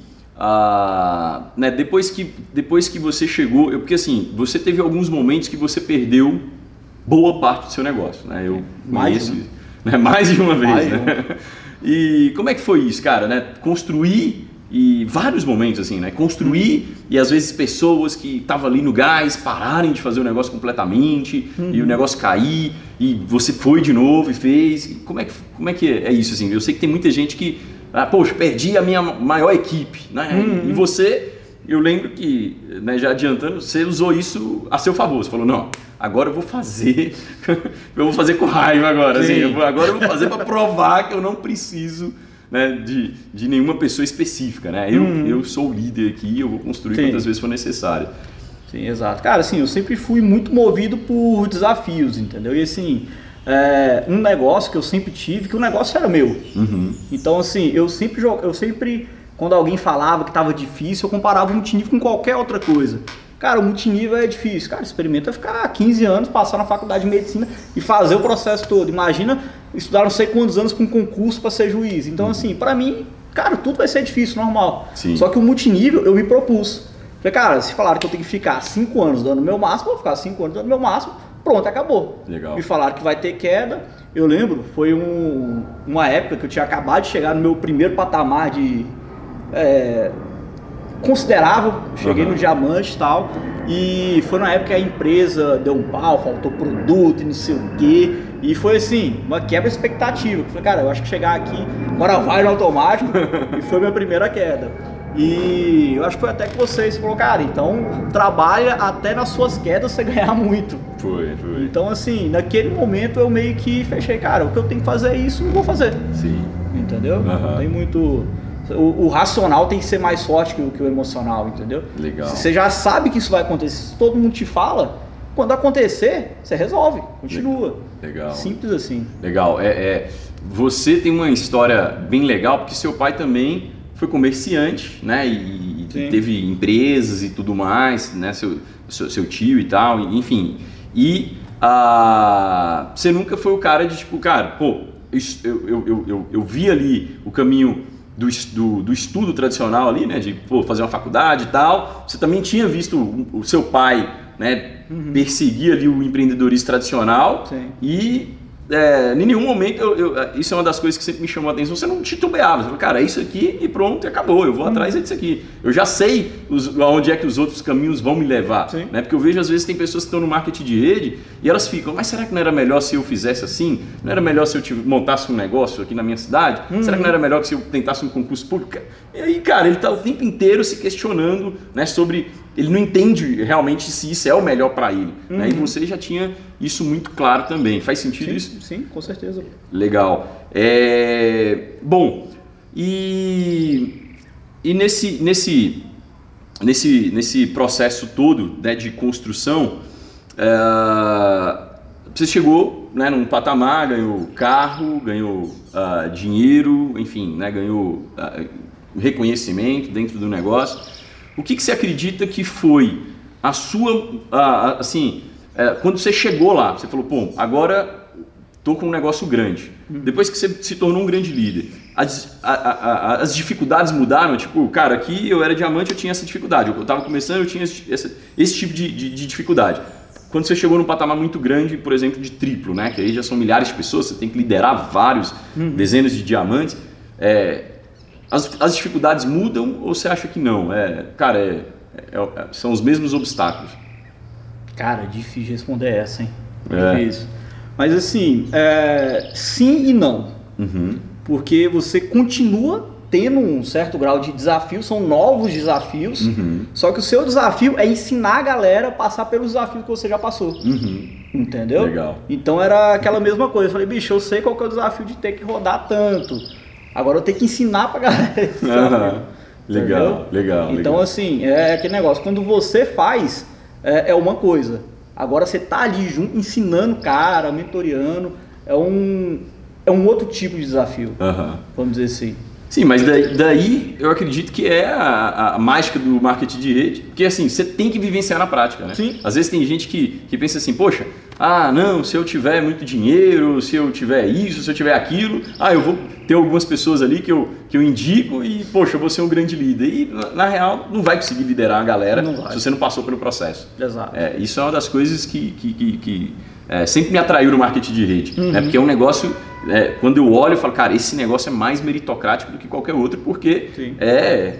ah, né, depois, que, depois que você chegou, eu, porque assim, você teve alguns momentos que você perdeu boa parte do seu negócio, né? Eu mais, conheço, né? Mais de uma vez, mais né? Uma. E como é que foi isso, cara, né? Construir e vários momentos assim, né? Construir uhum. e às vezes pessoas que estavam ali no gás pararem de fazer o negócio completamente uhum. e o negócio cair e você foi de novo e fez. E como é que, como é, que é isso assim? Eu sei que tem muita gente que, ah, poxa, perdi a minha maior equipe, né? Uhum. E você, eu lembro que, né, já adiantando, você usou isso a seu favor. Você falou, não, agora eu vou fazer, eu vou fazer com raiva agora. Assim, eu vou, agora eu vou fazer para provar que eu não preciso, né, de, de nenhuma pessoa específica, né? Eu, hum. eu sou o líder aqui, eu vou construir Sim. quantas vezes for necessário. Sim, exato. Cara, assim, eu sempre fui muito movido por desafios, entendeu? E assim, é, um negócio que eu sempre tive, que o negócio era meu. Uhum. Então, assim, eu sempre, eu sempre, quando alguém falava que estava difícil, eu comparava o multinível com qualquer outra coisa. Cara, o multinível é difícil. Cara, experimenta ficar quinze anos, passar na faculdade de medicina e fazer o processo todo. Imagina estudar não sei quantos anos para um concurso para ser juiz. Então, assim, para mim, cara, tudo vai ser difícil, normal. Sim. Só que o multinível eu me propus. Falei, cara, se falaram que eu tenho que ficar cinco anos dando o meu máximo, eu vou ficar cinco anos dando o meu máximo, pronto, acabou. Legal. Me falaram que vai ter queda. Eu lembro, foi um, uma época que eu tinha acabado de chegar no meu primeiro patamar de... É, considerável, cheguei uhum. no diamante e tal, e foi na época que a empresa deu um pau, faltou produto e não sei o quê, e foi assim, uma quebra de expectativa. Eu falei, cara, eu acho que chegar aqui, agora vai no automático, e foi minha primeira queda. E eu acho que foi até que vocês falou, cara, então trabalha até nas suas quedas você ganhar muito. Foi, foi. Então assim, naquele momento eu meio que fechei, cara, o que eu tenho que fazer é isso, eu vou fazer. Sim. Entendeu? Uhum. Não tem muito... O, o racional tem que ser mais forte que o, que o emocional, entendeu? Legal. Se você já sabe que isso vai acontecer, se todo mundo te fala, quando acontecer, você resolve, continua. Legal. Simples assim. Legal. É, é, você tem uma história bem legal, porque seu pai também foi comerciante, né? E, e teve empresas e tudo mais, né? Seu, seu, seu tio e tal, enfim. E ah, você nunca foi o cara de tipo, cara, pô, eu, eu, eu, eu, eu vi ali o caminho do, do, do estudo tradicional ali, né, de pô, fazer uma faculdade e tal, você também tinha visto o, o seu pai, né, uhum. perseguir ali o empreendedorismo tradicional. Sim. E é, em nenhum momento, eu, eu, isso é uma das coisas que sempre me chamou a atenção, você não titubeava, você falou, cara, é isso aqui e pronto, e acabou, eu vou uhum. atrás disso aqui. Eu já sei os, onde é que os outros caminhos vão me levar, né? Porque eu vejo às vezes tem pessoas que estão no marketing de rede e elas ficam, mas será que não era melhor se eu fizesse assim? Não era melhor se eu tivesse, montasse um negócio aqui na minha cidade? Uhum. Será que não era melhor que se eu tentasse um concurso público? E aí, cara, ele está o tempo inteiro se questionando, né, sobre... Ele não entende realmente se isso é o melhor para ele. Uhum. Né? E você já tinha isso muito claro também. Faz sentido sim, isso? Sim, com certeza. Legal. É... Bom, e, e nesse, nesse, nesse, nesse processo todo, né, de construção, é... você chegou, né, num patamar, ganhou carro, ganhou uh, dinheiro, enfim, né, ganhou uh, reconhecimento dentro do negócio. O que, que você acredita que foi a sua, a, assim, é, quando você chegou lá, você falou, pô, agora tô com um negócio grande. Uhum. Depois que você se tornou um grande líder, as, a, a, a, as dificuldades mudaram? Tipo, cara, aqui eu era diamante, eu tinha essa dificuldade. Eu estava começando, eu tinha esse, esse, esse tipo de, de, de dificuldade. Quando você chegou num patamar muito grande, por exemplo, de triplo, né, que aí já são milhares de pessoas, você tem que liderar vários, uhum. dezenas de diamantes, é, As, as dificuldades mudam ou você acha que não? É, cara, é, é, é, são os mesmos obstáculos. Cara, difícil responder essa, hein? É. Difícil. Mas assim, é, sim e não. Uhum. Porque você continua tendo um certo grau de desafio, são novos desafios, uhum. só que o seu desafio é ensinar a galera a passar pelos desafios que você já passou. Uhum. Entendeu? Legal. Então era aquela mesma coisa. Eu falei, bicho, eu sei qual que é o desafio de ter que rodar tanto. Agora eu tenho que ensinar pra galera. Uhum. Legal, legal. Então, legal. assim, é aquele negócio. Quando você faz, é, é uma coisa. Agora você tá ali junto, ensinando o cara, mentoreando. É um, é um outro tipo de desafio. Uhum. Vamos dizer assim. Sim, mas daí, daí eu acredito que é a, a mágica do marketing de rede, porque assim, você tem que vivenciar na prática, né? Sim. Às vezes tem gente que, que pensa assim, poxa, ah, não, se eu tiver muito dinheiro, se eu tiver isso, se eu tiver aquilo, ah, eu vou ter algumas pessoas ali que eu, que eu indico e, poxa, eu vou ser um grande líder. E, na, na real, não vai conseguir liderar a galera se você não passou pelo processo. Exato. É, isso é uma das coisas que, que, que, que é, sempre me atraiu no marketing de rede, uhum. né? Porque é um negócio... É, quando eu olho, eu falo, cara, esse negócio é mais meritocrático do que qualquer outro, porque Sim. é...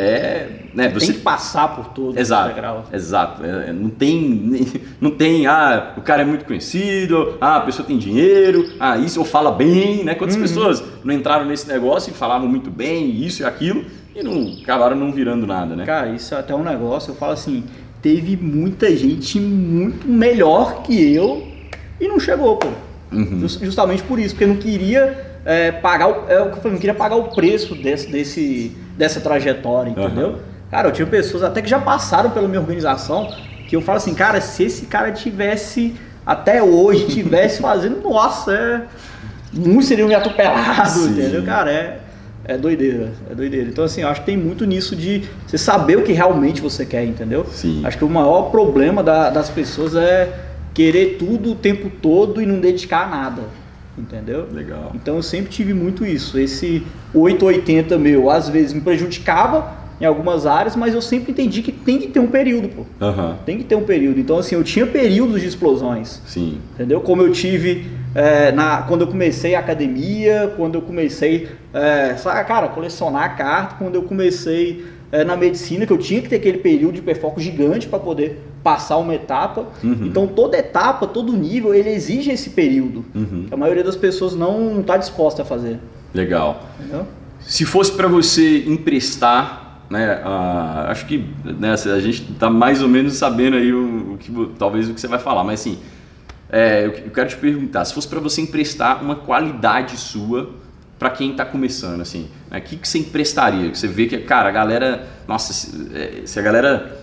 é né, você tem que passar por todo exato, o degrau. Exato. É, não, tem, não tem, ah, o cara é muito conhecido, ah, a pessoa tem dinheiro, ah, isso, ou fala bem, né? Quantas uhum. pessoas não entraram nesse negócio e falavam muito bem, isso e aquilo, e não, acabaram não virando nada, né? Cara, isso é até um negócio, eu falo assim, teve muita gente muito melhor que eu e não chegou, pô. Uhum. Justamente por isso, porque não queria é, pagar o, é, eu não queria pagar o preço desse, desse, dessa trajetória, entendeu? Uhum. Cara, eu tinha pessoas até que já passaram pela minha organização que eu falo assim, cara, se esse cara tivesse até hoje, tivesse fazendo, nossa, é, muitos seriam me atropelados, entendeu? Cara, é, é doideira, é doideira. Então assim, eu acho que tem muito nisso de você saber o que realmente você quer, entendeu? Sim. Acho que o maior problema da, das pessoas é querer tudo o tempo todo e não dedicar a nada, entendeu? Legal. Então eu sempre tive muito isso, esse oito oitenta meu, às vezes me prejudicava em algumas áreas, mas eu sempre entendi que tem que ter um período, pô. Uhum. Tem que ter um período. Então assim, eu tinha períodos de explosões, Sim. entendeu? Como eu tive é, na, quando eu comecei a academia, quando eu comecei, é, sabe, cara, colecionar carta, quando eu comecei é, na medicina, que eu tinha que ter aquele período de hiperfoco gigante para poder passar uma etapa. Uhum. Então toda etapa, todo nível, ele exige esse período. Uhum. Que a maioria das pessoas não está disposta a fazer. Legal. Entendeu? Se fosse para você emprestar, né, uh, acho que né, a gente está mais ou menos sabendo aí o, o que, talvez o que você vai falar, mas assim, é, eu, eu quero te perguntar, se fosse para você emprestar uma qualidade sua para quem está começando, assim, o né, que, que você emprestaria? Que você vê que, cara, a galera, nossa, se, se a galera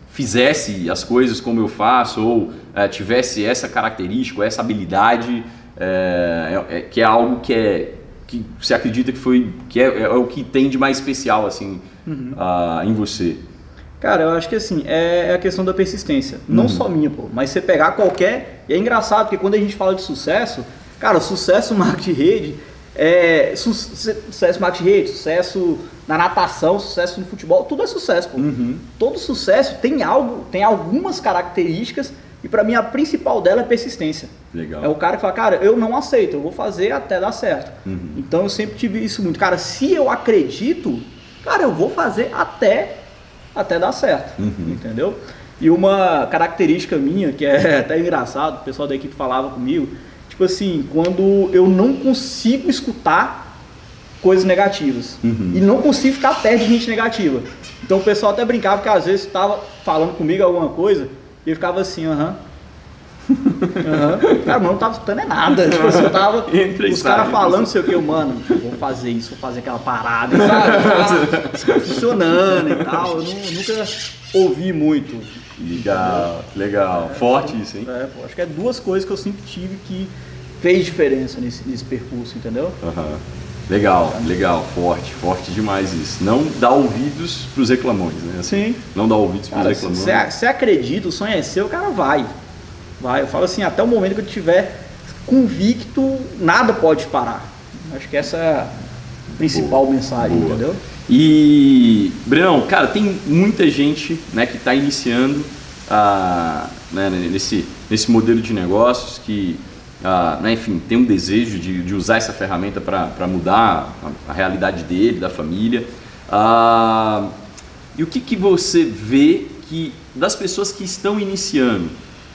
fizesse as coisas como eu faço ou é, tivesse essa característica, essa habilidade, é, é, que é algo que é que você acredita que foi que é, é o que tem de mais especial assim uhum. uh, em você? Cara, eu acho que assim é a questão da persistência, não uhum. só minha, pô, mas você pegar qualquer, e é engraçado porque quando a gente fala de sucesso, cara, sucesso no marketing de rede É, su sucesso no marketing de rede, sucesso na natação, sucesso no futebol, tudo é sucesso, pô. Uhum. Todo sucesso tem algo, tem algumas características e pra mim a principal dela é persistência. Legal. É o cara que fala, cara, eu não aceito, eu vou fazer até dar certo. Uhum. Então eu sempre tive isso muito. Cara, se eu acredito, cara, eu vou fazer até, até dar certo, uhum. entendeu? E uma característica minha, que é até engraçado, o pessoal da equipe falava comigo, tipo assim, quando eu não consigo escutar coisas negativas uhum. e não consigo ficar perto de gente negativa. Então o pessoal até brincava que às vezes estava falando comigo alguma coisa e eu ficava assim, aham. Uhum. Cara, mano, não tava escutando é nada. Tipo assim, eu tava. Os caras falando, não sei o que, eu, mano, vou fazer isso, vou fazer aquela parada, sabe? Tá funcionando e tal. Eu não, nunca ouvi muito. Legal, legal. É, forte isso, hein? É, pô, acho que é duas coisas que eu sempre tive que fez diferença nesse, nesse percurso, entendeu? Uhum. Legal, legal, forte, forte demais isso. Não dá ouvidos pros reclamões, né? Sim. Não dá ouvidos pros cara, reclamões. Você acredita, o sonho é seu, o cara vai. Vai, eu falo assim, até o momento que eu estiver convicto, nada pode parar. Acho que essa é a principal Boa. mensagem, Boa. entendeu? E, Brenão, cara, tem muita gente, né, que está iniciando ah, né, nesse, nesse modelo de negócios que, ah, né, enfim, tem um desejo de, de usar essa ferramenta para mudar a, a realidade dele, da família. Ah, e o que, que você vê que das pessoas que estão iniciando,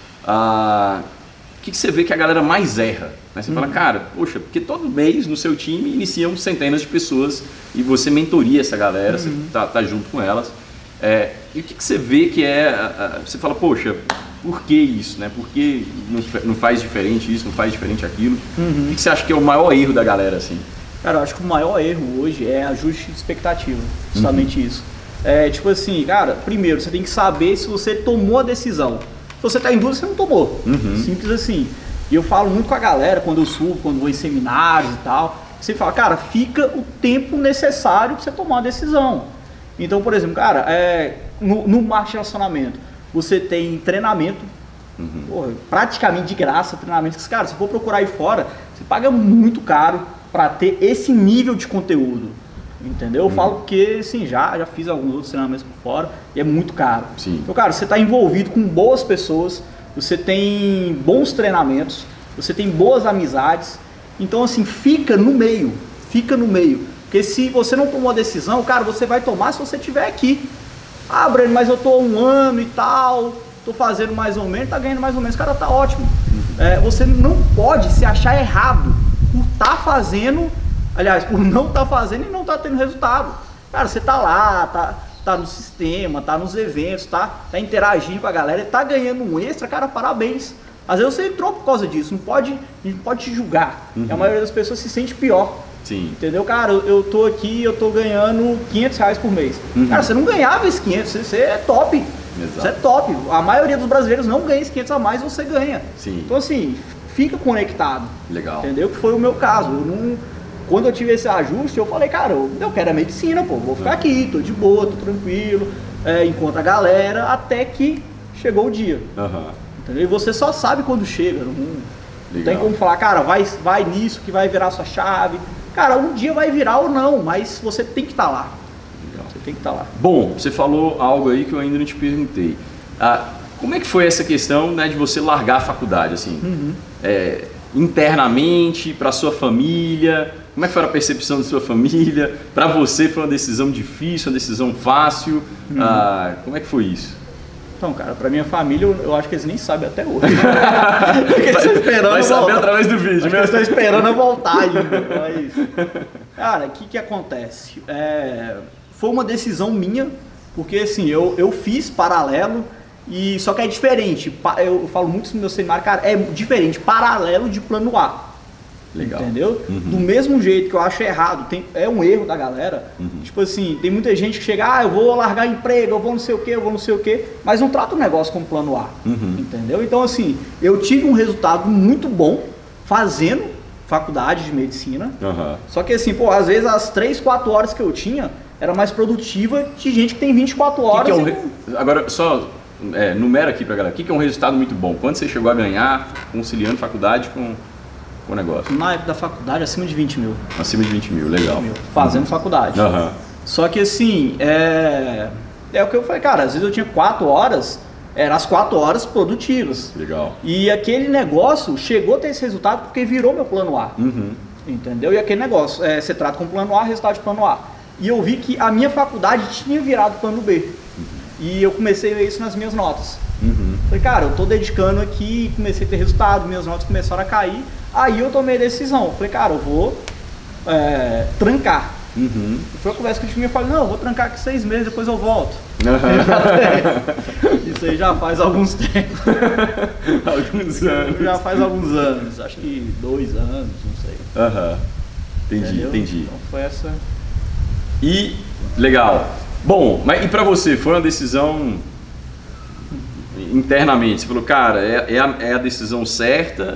Ah, o que, que você vê que a galera mais erra? Né? Você uhum. fala, cara, poxa, porque todo mês no seu time iniciam centenas de pessoas e você mentoria essa galera, uhum. você tá, tá junto com elas. É, e o que, que você vê que é, você fala, poxa, por que isso? Né? Por que não, não faz diferente isso, não faz diferente aquilo? Uhum. O que, que você acha que é o maior erro da galera assim? Cara, eu acho que o maior erro hoje é ajuste de expectativa, justamente uhum. isso. É tipo assim, cara, primeiro você tem que saber se você tomou a decisão. Se você está em dúvida, você não tomou. Uhum. Simples assim. E eu falo muito com a galera quando eu subo, quando vou em seminários e tal. Você fala, cara, fica o tempo necessário para você tomar uma decisão. Então, por exemplo, cara, é, no, no marketing de relacionamento, você tem treinamento, uhum. porra, praticamente de graça, treinamento que, cara, se for procurar aí fora, você paga muito caro para ter esse nível de conteúdo. Entendeu? Eu hum. falo porque, assim, já, já fiz alguns outros treinamentos por fora e é muito caro. Sim. Então, cara, você está envolvido com boas pessoas, você tem bons treinamentos, você tem boas amizades. Então, assim, fica no meio, fica no meio. Porque se você não tomou a decisão, cara, você vai tomar se você estiver aqui. Ah, Breno, mas eu tô um ano e tal, tô fazendo mais ou menos, tá ganhando mais ou menos, cara, tá ótimo. É, você não pode se achar errado por estar tá fazendo... Aliás, por não estar tá fazendo e não estar tá tendo resultado. Cara, você tá lá, tá, tá no sistema, tá nos eventos, tá, tá interagindo com a galera, tá ganhando um extra, cara, parabéns. Às vezes você entrou por causa disso, não pode, a gente pode te julgar. Uhum. A maioria das pessoas se sente pior. Sim. Entendeu? Cara, eu, eu tô aqui, eu tô ganhando quinhentos reais por mês. Uhum. Cara, você não ganhava esses quinhentos, você, você é top. Exato. Você é top. A maioria dos brasileiros não ganha esses quinhentos a mais, você ganha. Sim. Então assim, fica conectado. Legal. Entendeu? Que foi o meu caso. Eu não... Quando eu tive esse ajuste, eu falei, cara, eu quero a medicina, pô, vou ficar aqui, tô de boa, tô tranquilo, é, encontro a galera, até que chegou o dia. Uhum. Entendeu? E você só sabe quando chega, não, não tem como falar, cara, vai, vai nisso que vai virar sua chave. Cara, um dia vai virar ou não, mas você tem que estar tá lá. Legal. Você tem que estar tá lá. Bom, você falou algo aí que eu ainda não te perguntei. Ah, como é que foi essa questão, né, de você largar a faculdade, assim? Uhum. É, internamente, para sua família... Como é que foi a percepção da sua família? Para você foi uma decisão difícil, uma decisão fácil? Uhum. Ah, como é que foi isso? Então, cara, para minha família, eu, eu acho que eles nem sabem até hoje. eles estão esperando vai saber voltar. Através do vídeo. Eles estão esperando eu voltar ainda. Mas... Cara, o que, que acontece? É... Foi uma decisão minha, porque assim, eu, eu fiz paralelo, e só que é diferente. Eu falo muito isso no meu seminário, cara, é diferente, paralelo de plano A. Legal. Entendeu? Uhum. Do mesmo jeito que eu acho errado, tem, é um erro da galera. Uhum. Tipo assim, tem muita gente que chega, ah, eu vou largar emprego, eu vou não sei o que, eu vou não sei o que, mas não trata o negócio como plano A. Uhum. Entendeu? Então assim, eu tive um resultado muito bom fazendo faculdade de medicina. Uhum. Só que assim, pô, às vezes as três, quatro horas que eu tinha era mais produtiva de gente que tem vinte e quatro horas. Que que é um re... Agora, só é, numera aqui pra galera, o que, que é um resultado muito bom? Quando você chegou a ganhar conciliando faculdade com... com o negócio? Na época da faculdade, acima de vinte mil. Acima de vinte mil, legal. vinte mil, fazendo uhum. faculdade. Uhum. Só que assim, é... é o que eu falei, cara, às vezes eu tinha quatro horas, eram as quatro horas produtivas. Legal. E aquele negócio chegou a ter esse resultado porque virou meu plano A. Uhum. Entendeu? E aquele negócio, é, você trata com plano A, resultado de plano A. E eu vi que a minha faculdade tinha virado plano B. Uhum. E eu comecei a ver isso nas minhas notas. Uhum. Falei, cara, eu tô dedicando aqui, comecei a ter resultado, minhas notas começaram a cair. Aí eu tomei a decisão. Falei, cara, eu vou é, trancar. Uhum. Foi a conversa que eu tive e falei, não, eu vou trancar aqui seis meses, depois eu volto. Uhum. Isso aí já faz alguns tempos. Alguns anos. Já faz alguns anos, acho que dois anos, não sei. Aham. Uhum. Entendi, Entendeu? entendi. Então foi essa. E, legal. Bom, mas e pra você, foi uma decisão internamente? Você falou, cara, é, é, a, é a decisão certa?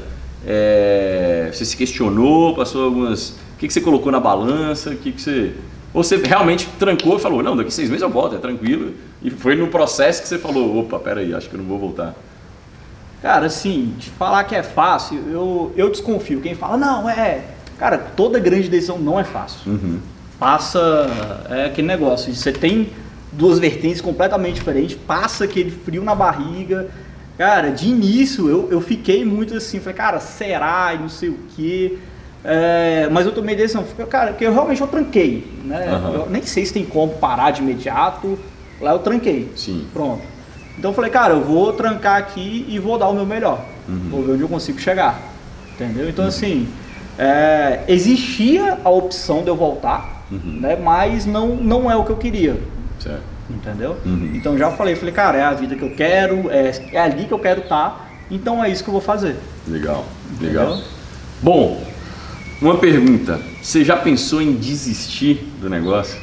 É, você se questionou, passou algumas... O que, que você colocou na balança? O que, que você... Ou você realmente trancou e falou, não, daqui seis meses eu volto, é tranquilo. E foi no processo que você falou, opa, peraí, acho que eu não vou voltar. Cara, assim, de falar que é fácil, eu, eu desconfio. Quem fala, não, é... Cara, toda grande decisão não é fácil. Uhum. Passa, é aquele negócio, você tem duas vertentes completamente diferentes, passa aquele frio na barriga. Cara, de início eu, eu fiquei muito assim, falei, cara, será? E não sei o quê. É, mas eu tomei decisão, cara, porque eu realmente eu tranquei, né? Uhum. Eu nem sei se tem como parar de imediato, lá eu tranquei. Sim. Pronto. Então eu falei, cara, eu vou trancar aqui e vou dar o meu melhor. Uhum. Vou ver onde eu consigo chegar. Entendeu? Então uhum. assim, é, existia a opção de eu voltar, uhum. né? Mas não, não é o que eu queria. Certo. Entendeu? Uhum. Então já falei, falei, cara, é a vida que eu quero, é, é ali que eu quero estar, então é isso que eu vou fazer. Legal, entendeu? Legal. Bom, uma pergunta, você já pensou em desistir do negócio?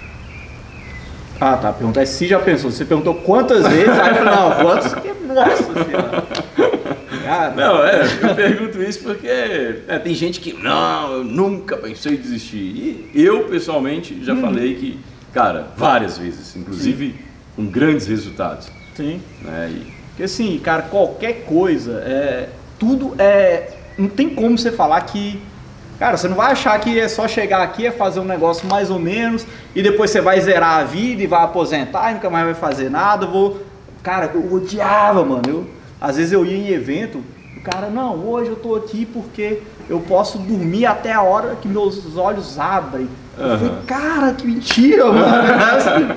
Ah, tá, a pergunta é se já pensou, você perguntou quantas vezes, aí eu falei, não, quantas, nossa senhora. Cara, não, é, eu pergunto isso porque é, tem gente que, não, eu nunca pensei em desistir, e eu pessoalmente já hum. falei que, cara, várias vezes, inclusive Sim. com grandes resultados. Sim. Né? E... Porque assim, cara, qualquer coisa, é, tudo é, não tem como você falar que, cara, você não vai achar que é só chegar aqui, é fazer um negócio mais ou menos, e depois você vai zerar a vida e vai aposentar e nunca mais vai fazer nada, eu vou, cara, eu odiava, mano, eu, às vezes eu ia em evento, o cara, não, hoje eu tô aqui porque eu posso dormir até a hora que meus olhos abrem. Eu uhum. falei, cara, que mentira, mano.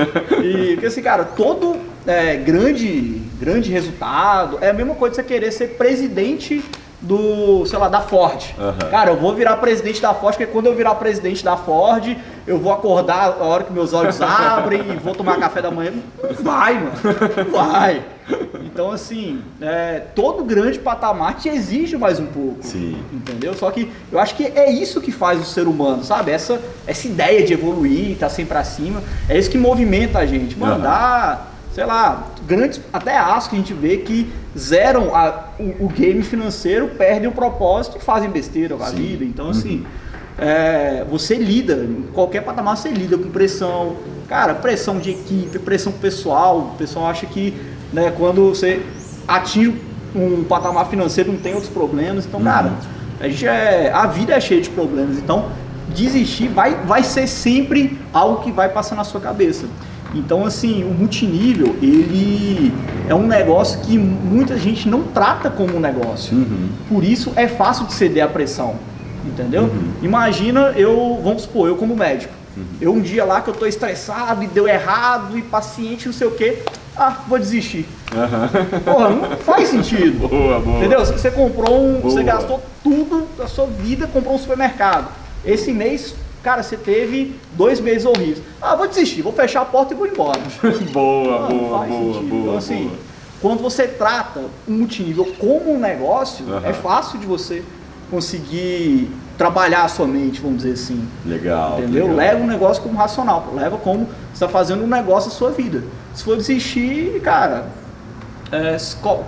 E porque assim, cara, todo é, grande, grande resultado é a mesma coisa que você querer ser presidente do, sei lá, da Ford. Uhum. Cara, eu vou virar presidente da Ford, porque quando eu virar presidente da Ford, eu vou acordar a hora que meus olhos abrem e vou tomar café da manhã. Vai, mano. Vai. Então, assim, é, todo grande patamar te exige mais um pouco. Sim. Entendeu? Só que eu acho que é isso que faz o ser humano, sabe? Essa, essa ideia de evoluir, estar tá sempre acima, é isso que movimenta a gente. Mandar, uhum. sei lá, grandes, até aço que a gente vê que zeram a, o, o game financeiro, perdem o propósito e fazem besteira com a Sim. vida. Então, assim, uhum. é, você lida, em qualquer patamar você lida com pressão. Cara, pressão de equipe, pressão pessoal. O pessoal acha que, né, quando você atinge um patamar financeiro não tem outros problemas. Então, uhum. cara, a, gente é, a vida é cheia de problemas. Então, desistir vai, vai ser sempre algo que vai passar na sua cabeça. Então, assim, o multinível, ele é um negócio que muita gente não trata como um negócio. Uhum. Por isso é fácil de ceder à pressão, entendeu? Uhum. Imagina eu, vamos supor, eu como médico. Uhum. Eu um dia lá que eu tô estressado e deu errado e paciente não sei o quê, ah, vou desistir. Uhum. Porra, não faz sentido. Boa, boa. Entendeu? Você comprou um, boa. Você gastou tudo da sua vida, comprou um supermercado. Esse mês, cara, você teve dois meses horríveis. Ah, vou desistir, vou fechar a porta e vou embora. boa, ah, boa, faz boa, sentido. boa. Então, assim, boa. quando você trata um multinível como um negócio, uhum. é fácil de você conseguir trabalhar a sua mente, vamos dizer assim. Legal. Entendeu? Legal. Leva um negócio como racional, leva como você está fazendo um negócio da sua vida. Se for desistir, cara, é,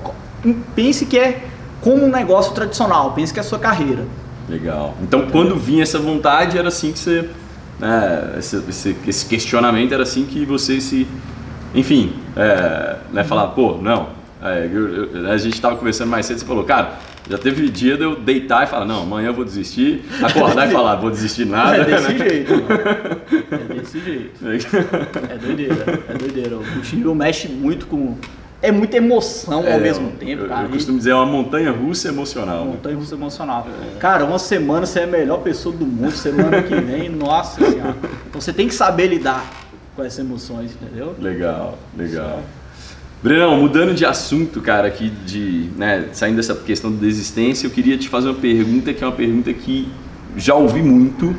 pense que é como um negócio tradicional, pense que é a sua carreira. Legal. Então, entendeu? Quando vinha essa vontade, era assim que você... Né, esse, esse, esse questionamento era assim que você se... Enfim, é, né, falar, pô, não, É, eu, eu, a gente estava conversando mais cedo, você falou, cara, já teve dia de eu deitar e falar, não, amanhã eu vou desistir, acordar e falar, vou desistir nada. É desse né? jeito, mano. É desse jeito. É doideira, é doideira. O multinível mexe muito com... É muita emoção ao é, mesmo tempo, eu, cara. Eu costumo dizer, é uma montanha russa emocional. Montanha russa emocional. É. Cara, uma semana você é a melhor pessoa do mundo, semana que vem, nossa senhora. Então você tem que saber lidar com essas emoções, entendeu? Legal, legal. Brenão, mudando de assunto, cara, aqui de, né, saindo dessa questão de desistência, eu queria te fazer uma pergunta que é uma pergunta que já ouvi muito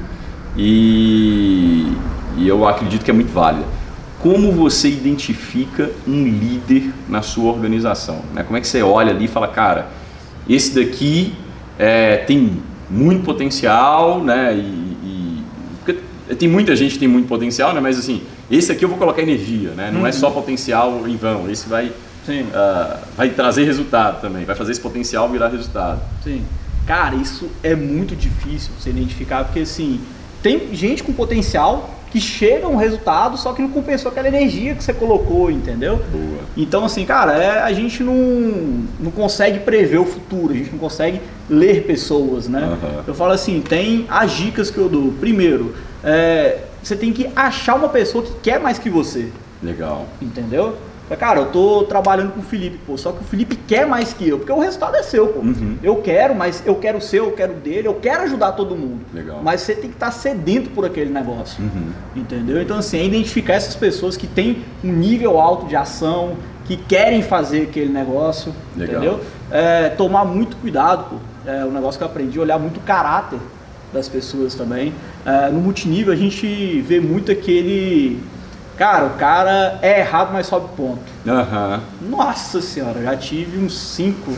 e, e eu acredito que é muito válida. Como você identifica um líder na sua organização? Né? Como é que você olha ali e fala, cara, esse daqui é, tem muito potencial, né? E, e, porque tem muita gente que tem muito potencial, né? Mas assim, esse aqui eu vou colocar energia, né? Não uhum. é só potencial em vão, esse vai, uh, vai trazer resultado também, vai fazer esse potencial virar resultado. Sim. Cara, isso é muito difícil você identificar, porque assim, tem gente com potencial que chega a um resultado, só que não compensou aquela energia que você colocou, entendeu? Boa. Então assim, cara, é, a gente não, não consegue prever o futuro, a gente não consegue ler pessoas, né? Uhum. Eu falo assim, tem as dicas que eu dou. Primeiro, é, você tem que achar uma pessoa que quer mais que você. Legal. Entendeu? Cara, eu tô trabalhando com o Felipe, pô, só que o Felipe quer mais que eu, porque o resultado é seu, pô. Uhum. Eu quero, mas eu quero o seu, eu quero o dele, eu quero ajudar todo mundo. Legal. Mas você tem que estar sedento por aquele negócio, uhum. entendeu? Então assim, é identificar essas pessoas que têm um nível alto de ação, que querem fazer aquele negócio, Legal. Entendeu? É, tomar muito cuidado, pô. É um negócio que eu aprendi, olhar muito o caráter das pessoas também. É, no multinível a gente vê muito aquele... Cara, o cara é errado, mas sobe ponto. Uhum. Nossa senhora, já tive uns cinco.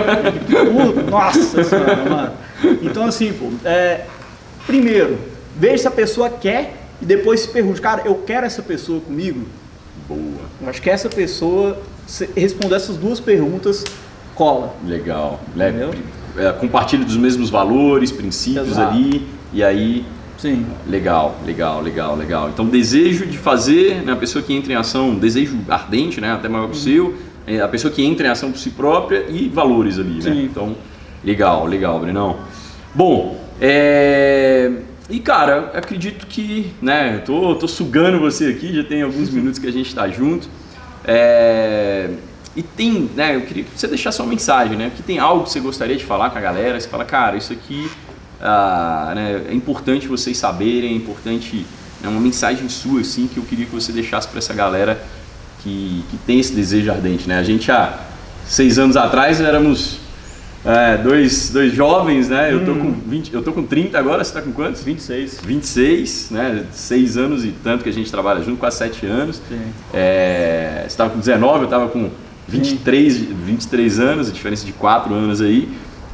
Nossa senhora, mano. Então assim, pô, é, primeiro, veja se a pessoa quer e depois se pergunte, cara, eu quero essa pessoa comigo? Boa. Eu acho que essa pessoa, se responder essas duas perguntas, cola. Legal. É, compartilha dos mesmos valores, princípios Exato. Ali, e aí... Sim. Legal, legal, legal, legal. Então, desejo de fazer, né, a pessoa que entra em ação, desejo ardente, né, até maior que o seu, é, a pessoa que entra em ação por si própria e valores ali, né? Então, legal, legal, Brenão. Bom, é... e cara, acredito que, né, eu tô, tô sugando você aqui, já tem alguns minutos que a gente tá junto. É... E tem, né, eu queria que você deixasse uma mensagem, né, que tem algo que você gostaria de falar com a galera, você fala, cara, isso aqui... Ah, né, é importante vocês saberem, é importante, é uma mensagem sua assim, que eu queria que você deixasse para essa galera que, que tem esse desejo ardente, né? A gente há seis anos atrás éramos é, dois, dois jovens, né? Eu tô com vinte, eu tô com trinta agora, você tá com quantos? vinte e seis. vinte e seis, né? seis anos e tanto que a gente trabalha junto, quase sete anos. É, você tava com dezenove, eu tava com vinte e três, vinte e três anos, a diferença de quatro anos aí.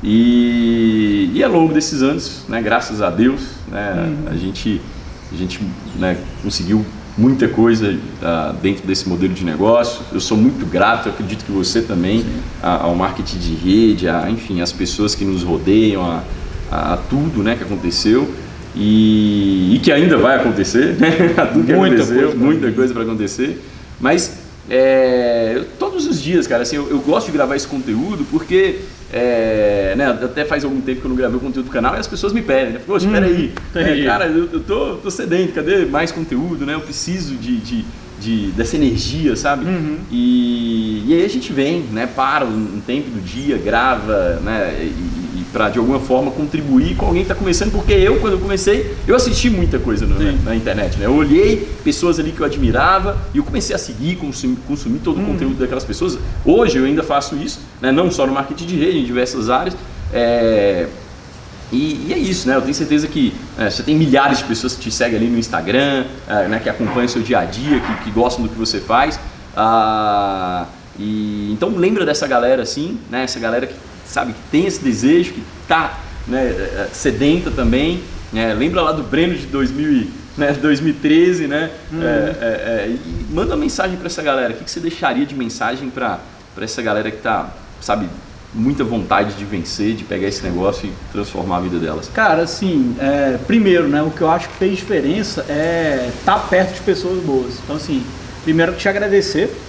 E, e ao longo desses anos, né, graças a Deus, né, uhum. a gente, a gente né, conseguiu muita coisa uh, dentro desse modelo de negócio. Eu sou muito grato, eu acredito que você também, a, ao marketing de rede, a, enfim, as pessoas que nos rodeiam, a, a, a tudo, né, que aconteceu e, e que ainda vai acontecer, né, a tudo que muita aconteceu, coisa, muita coisa para acontecer, mas é, todos os dias, cara, assim, eu, eu gosto de gravar esse conteúdo porque É, né, até faz algum tempo que eu não gravei o conteúdo do canal e as pessoas me pedem, né? Poxa, espera aí, hum, é, cara, eu, eu tô, tô sedento, cadê mais conteúdo, né? Eu preciso de, de, de, dessa energia, sabe? Uhum. E, e aí a gente vem, né, para um tempo do dia, grava, né, e, e para de alguma forma contribuir com alguém que está começando, porque eu, quando eu comecei, eu assisti muita coisa no, né, na internet, né? Eu olhei pessoas ali que eu admirava e eu comecei a seguir, consumir, consumir todo uhum. o conteúdo daquelas pessoas. Hoje eu ainda faço isso, né, não só no marketing de rede, em diversas áreas. É... E, e é isso, né? Eu tenho certeza que é, você tem milhares de pessoas que te seguem ali no Instagram, é, né, que acompanham o seu dia a dia, que, que gostam do que você faz. Ah, e, então lembra dessa galera assim, né? Essa galera que sabe que tem esse desejo, que tá, né, sedenta também. Né? Lembra lá do Breno de dois mil, né, dois mil e treze, né? Uhum. É, é, é, e manda uma mensagem para essa galera. O que, que você deixaria de mensagem para essa galera que tá, sabe, muita vontade de vencer, de pegar esse negócio e transformar a vida delas? Cara, assim, é, primeiro, né, o que eu acho que fez diferença é estar perto de pessoas boas. Então, assim, primeiro te agradecer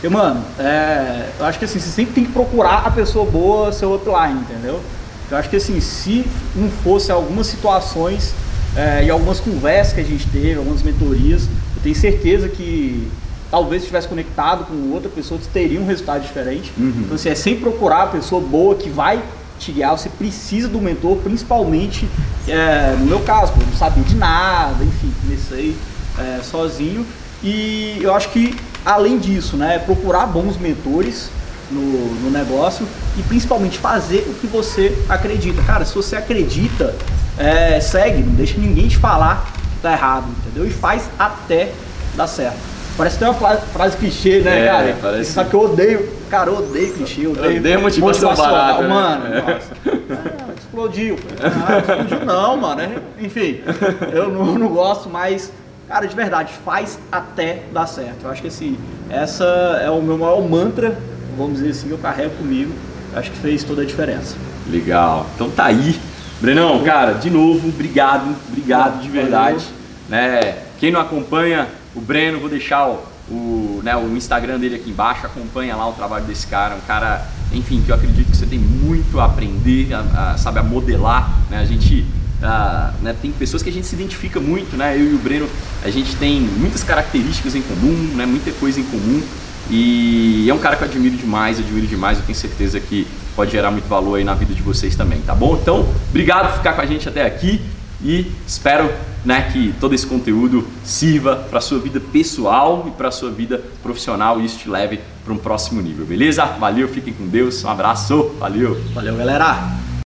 Porque, mano, é, eu acho que assim, você sempre tem que procurar a pessoa boa, seu upline, entendeu? Eu acho que assim, se não fosse algumas situações é, e algumas conversas que a gente teve, algumas mentorias, eu tenho certeza que talvez se tivesse conectado com outra pessoa, você teria um resultado diferente. Uhum. Então assim, é sempre procurar a pessoa boa que vai te guiar. Você precisa do mentor, principalmente é, no meu caso, eu não sabia de nada, enfim, comecei é, sozinho. E eu acho que além disso, né, procurar bons mentores no, no negócio e principalmente fazer o que você acredita. Cara, se você acredita, é, segue, não deixa ninguém te falar que tá errado, entendeu? E faz até dar certo. Parece até uma frase, frase clichê, né, é, cara? Parece... Você sabe que eu odeio, cara, eu odeio clichê, eu odeio, eu odeio motivação, motivação barata, né? Mano, é. Nossa, é, explodiu. Ah, explodiu não, mano. É, enfim, eu não, não gosto, mas, cara, de verdade, faz até dar certo. Eu acho que assim, essa é o meu maior mantra, vamos dizer assim, que eu carrego comigo. Eu acho que fez toda a diferença. Legal. Então tá aí. Brenão, cara, de novo, obrigado, obrigado de verdade. Né? Quem não acompanha o Breno, vou deixar o, o, né, o Instagram dele aqui embaixo, acompanha lá o trabalho desse cara, um cara, enfim, que eu acredito que você tem muito a aprender, a, a, sabe, a modelar, né? A gente, a, né, tem pessoas que a gente se identifica muito, né? Eu e o Breno, a gente tem muitas características em comum, né? Muita coisa em comum, e é um cara que eu admiro demais, admiro demais, eu tenho certeza que pode gerar muito valor aí na vida de vocês também, tá bom? Então, obrigado por ficar com a gente até aqui e espero, né, que todo esse conteúdo sirva para a sua vida pessoal e para a sua vida profissional e isso te leve para um próximo nível, beleza? Valeu, fiquem com Deus, um abraço, valeu! Valeu, galera!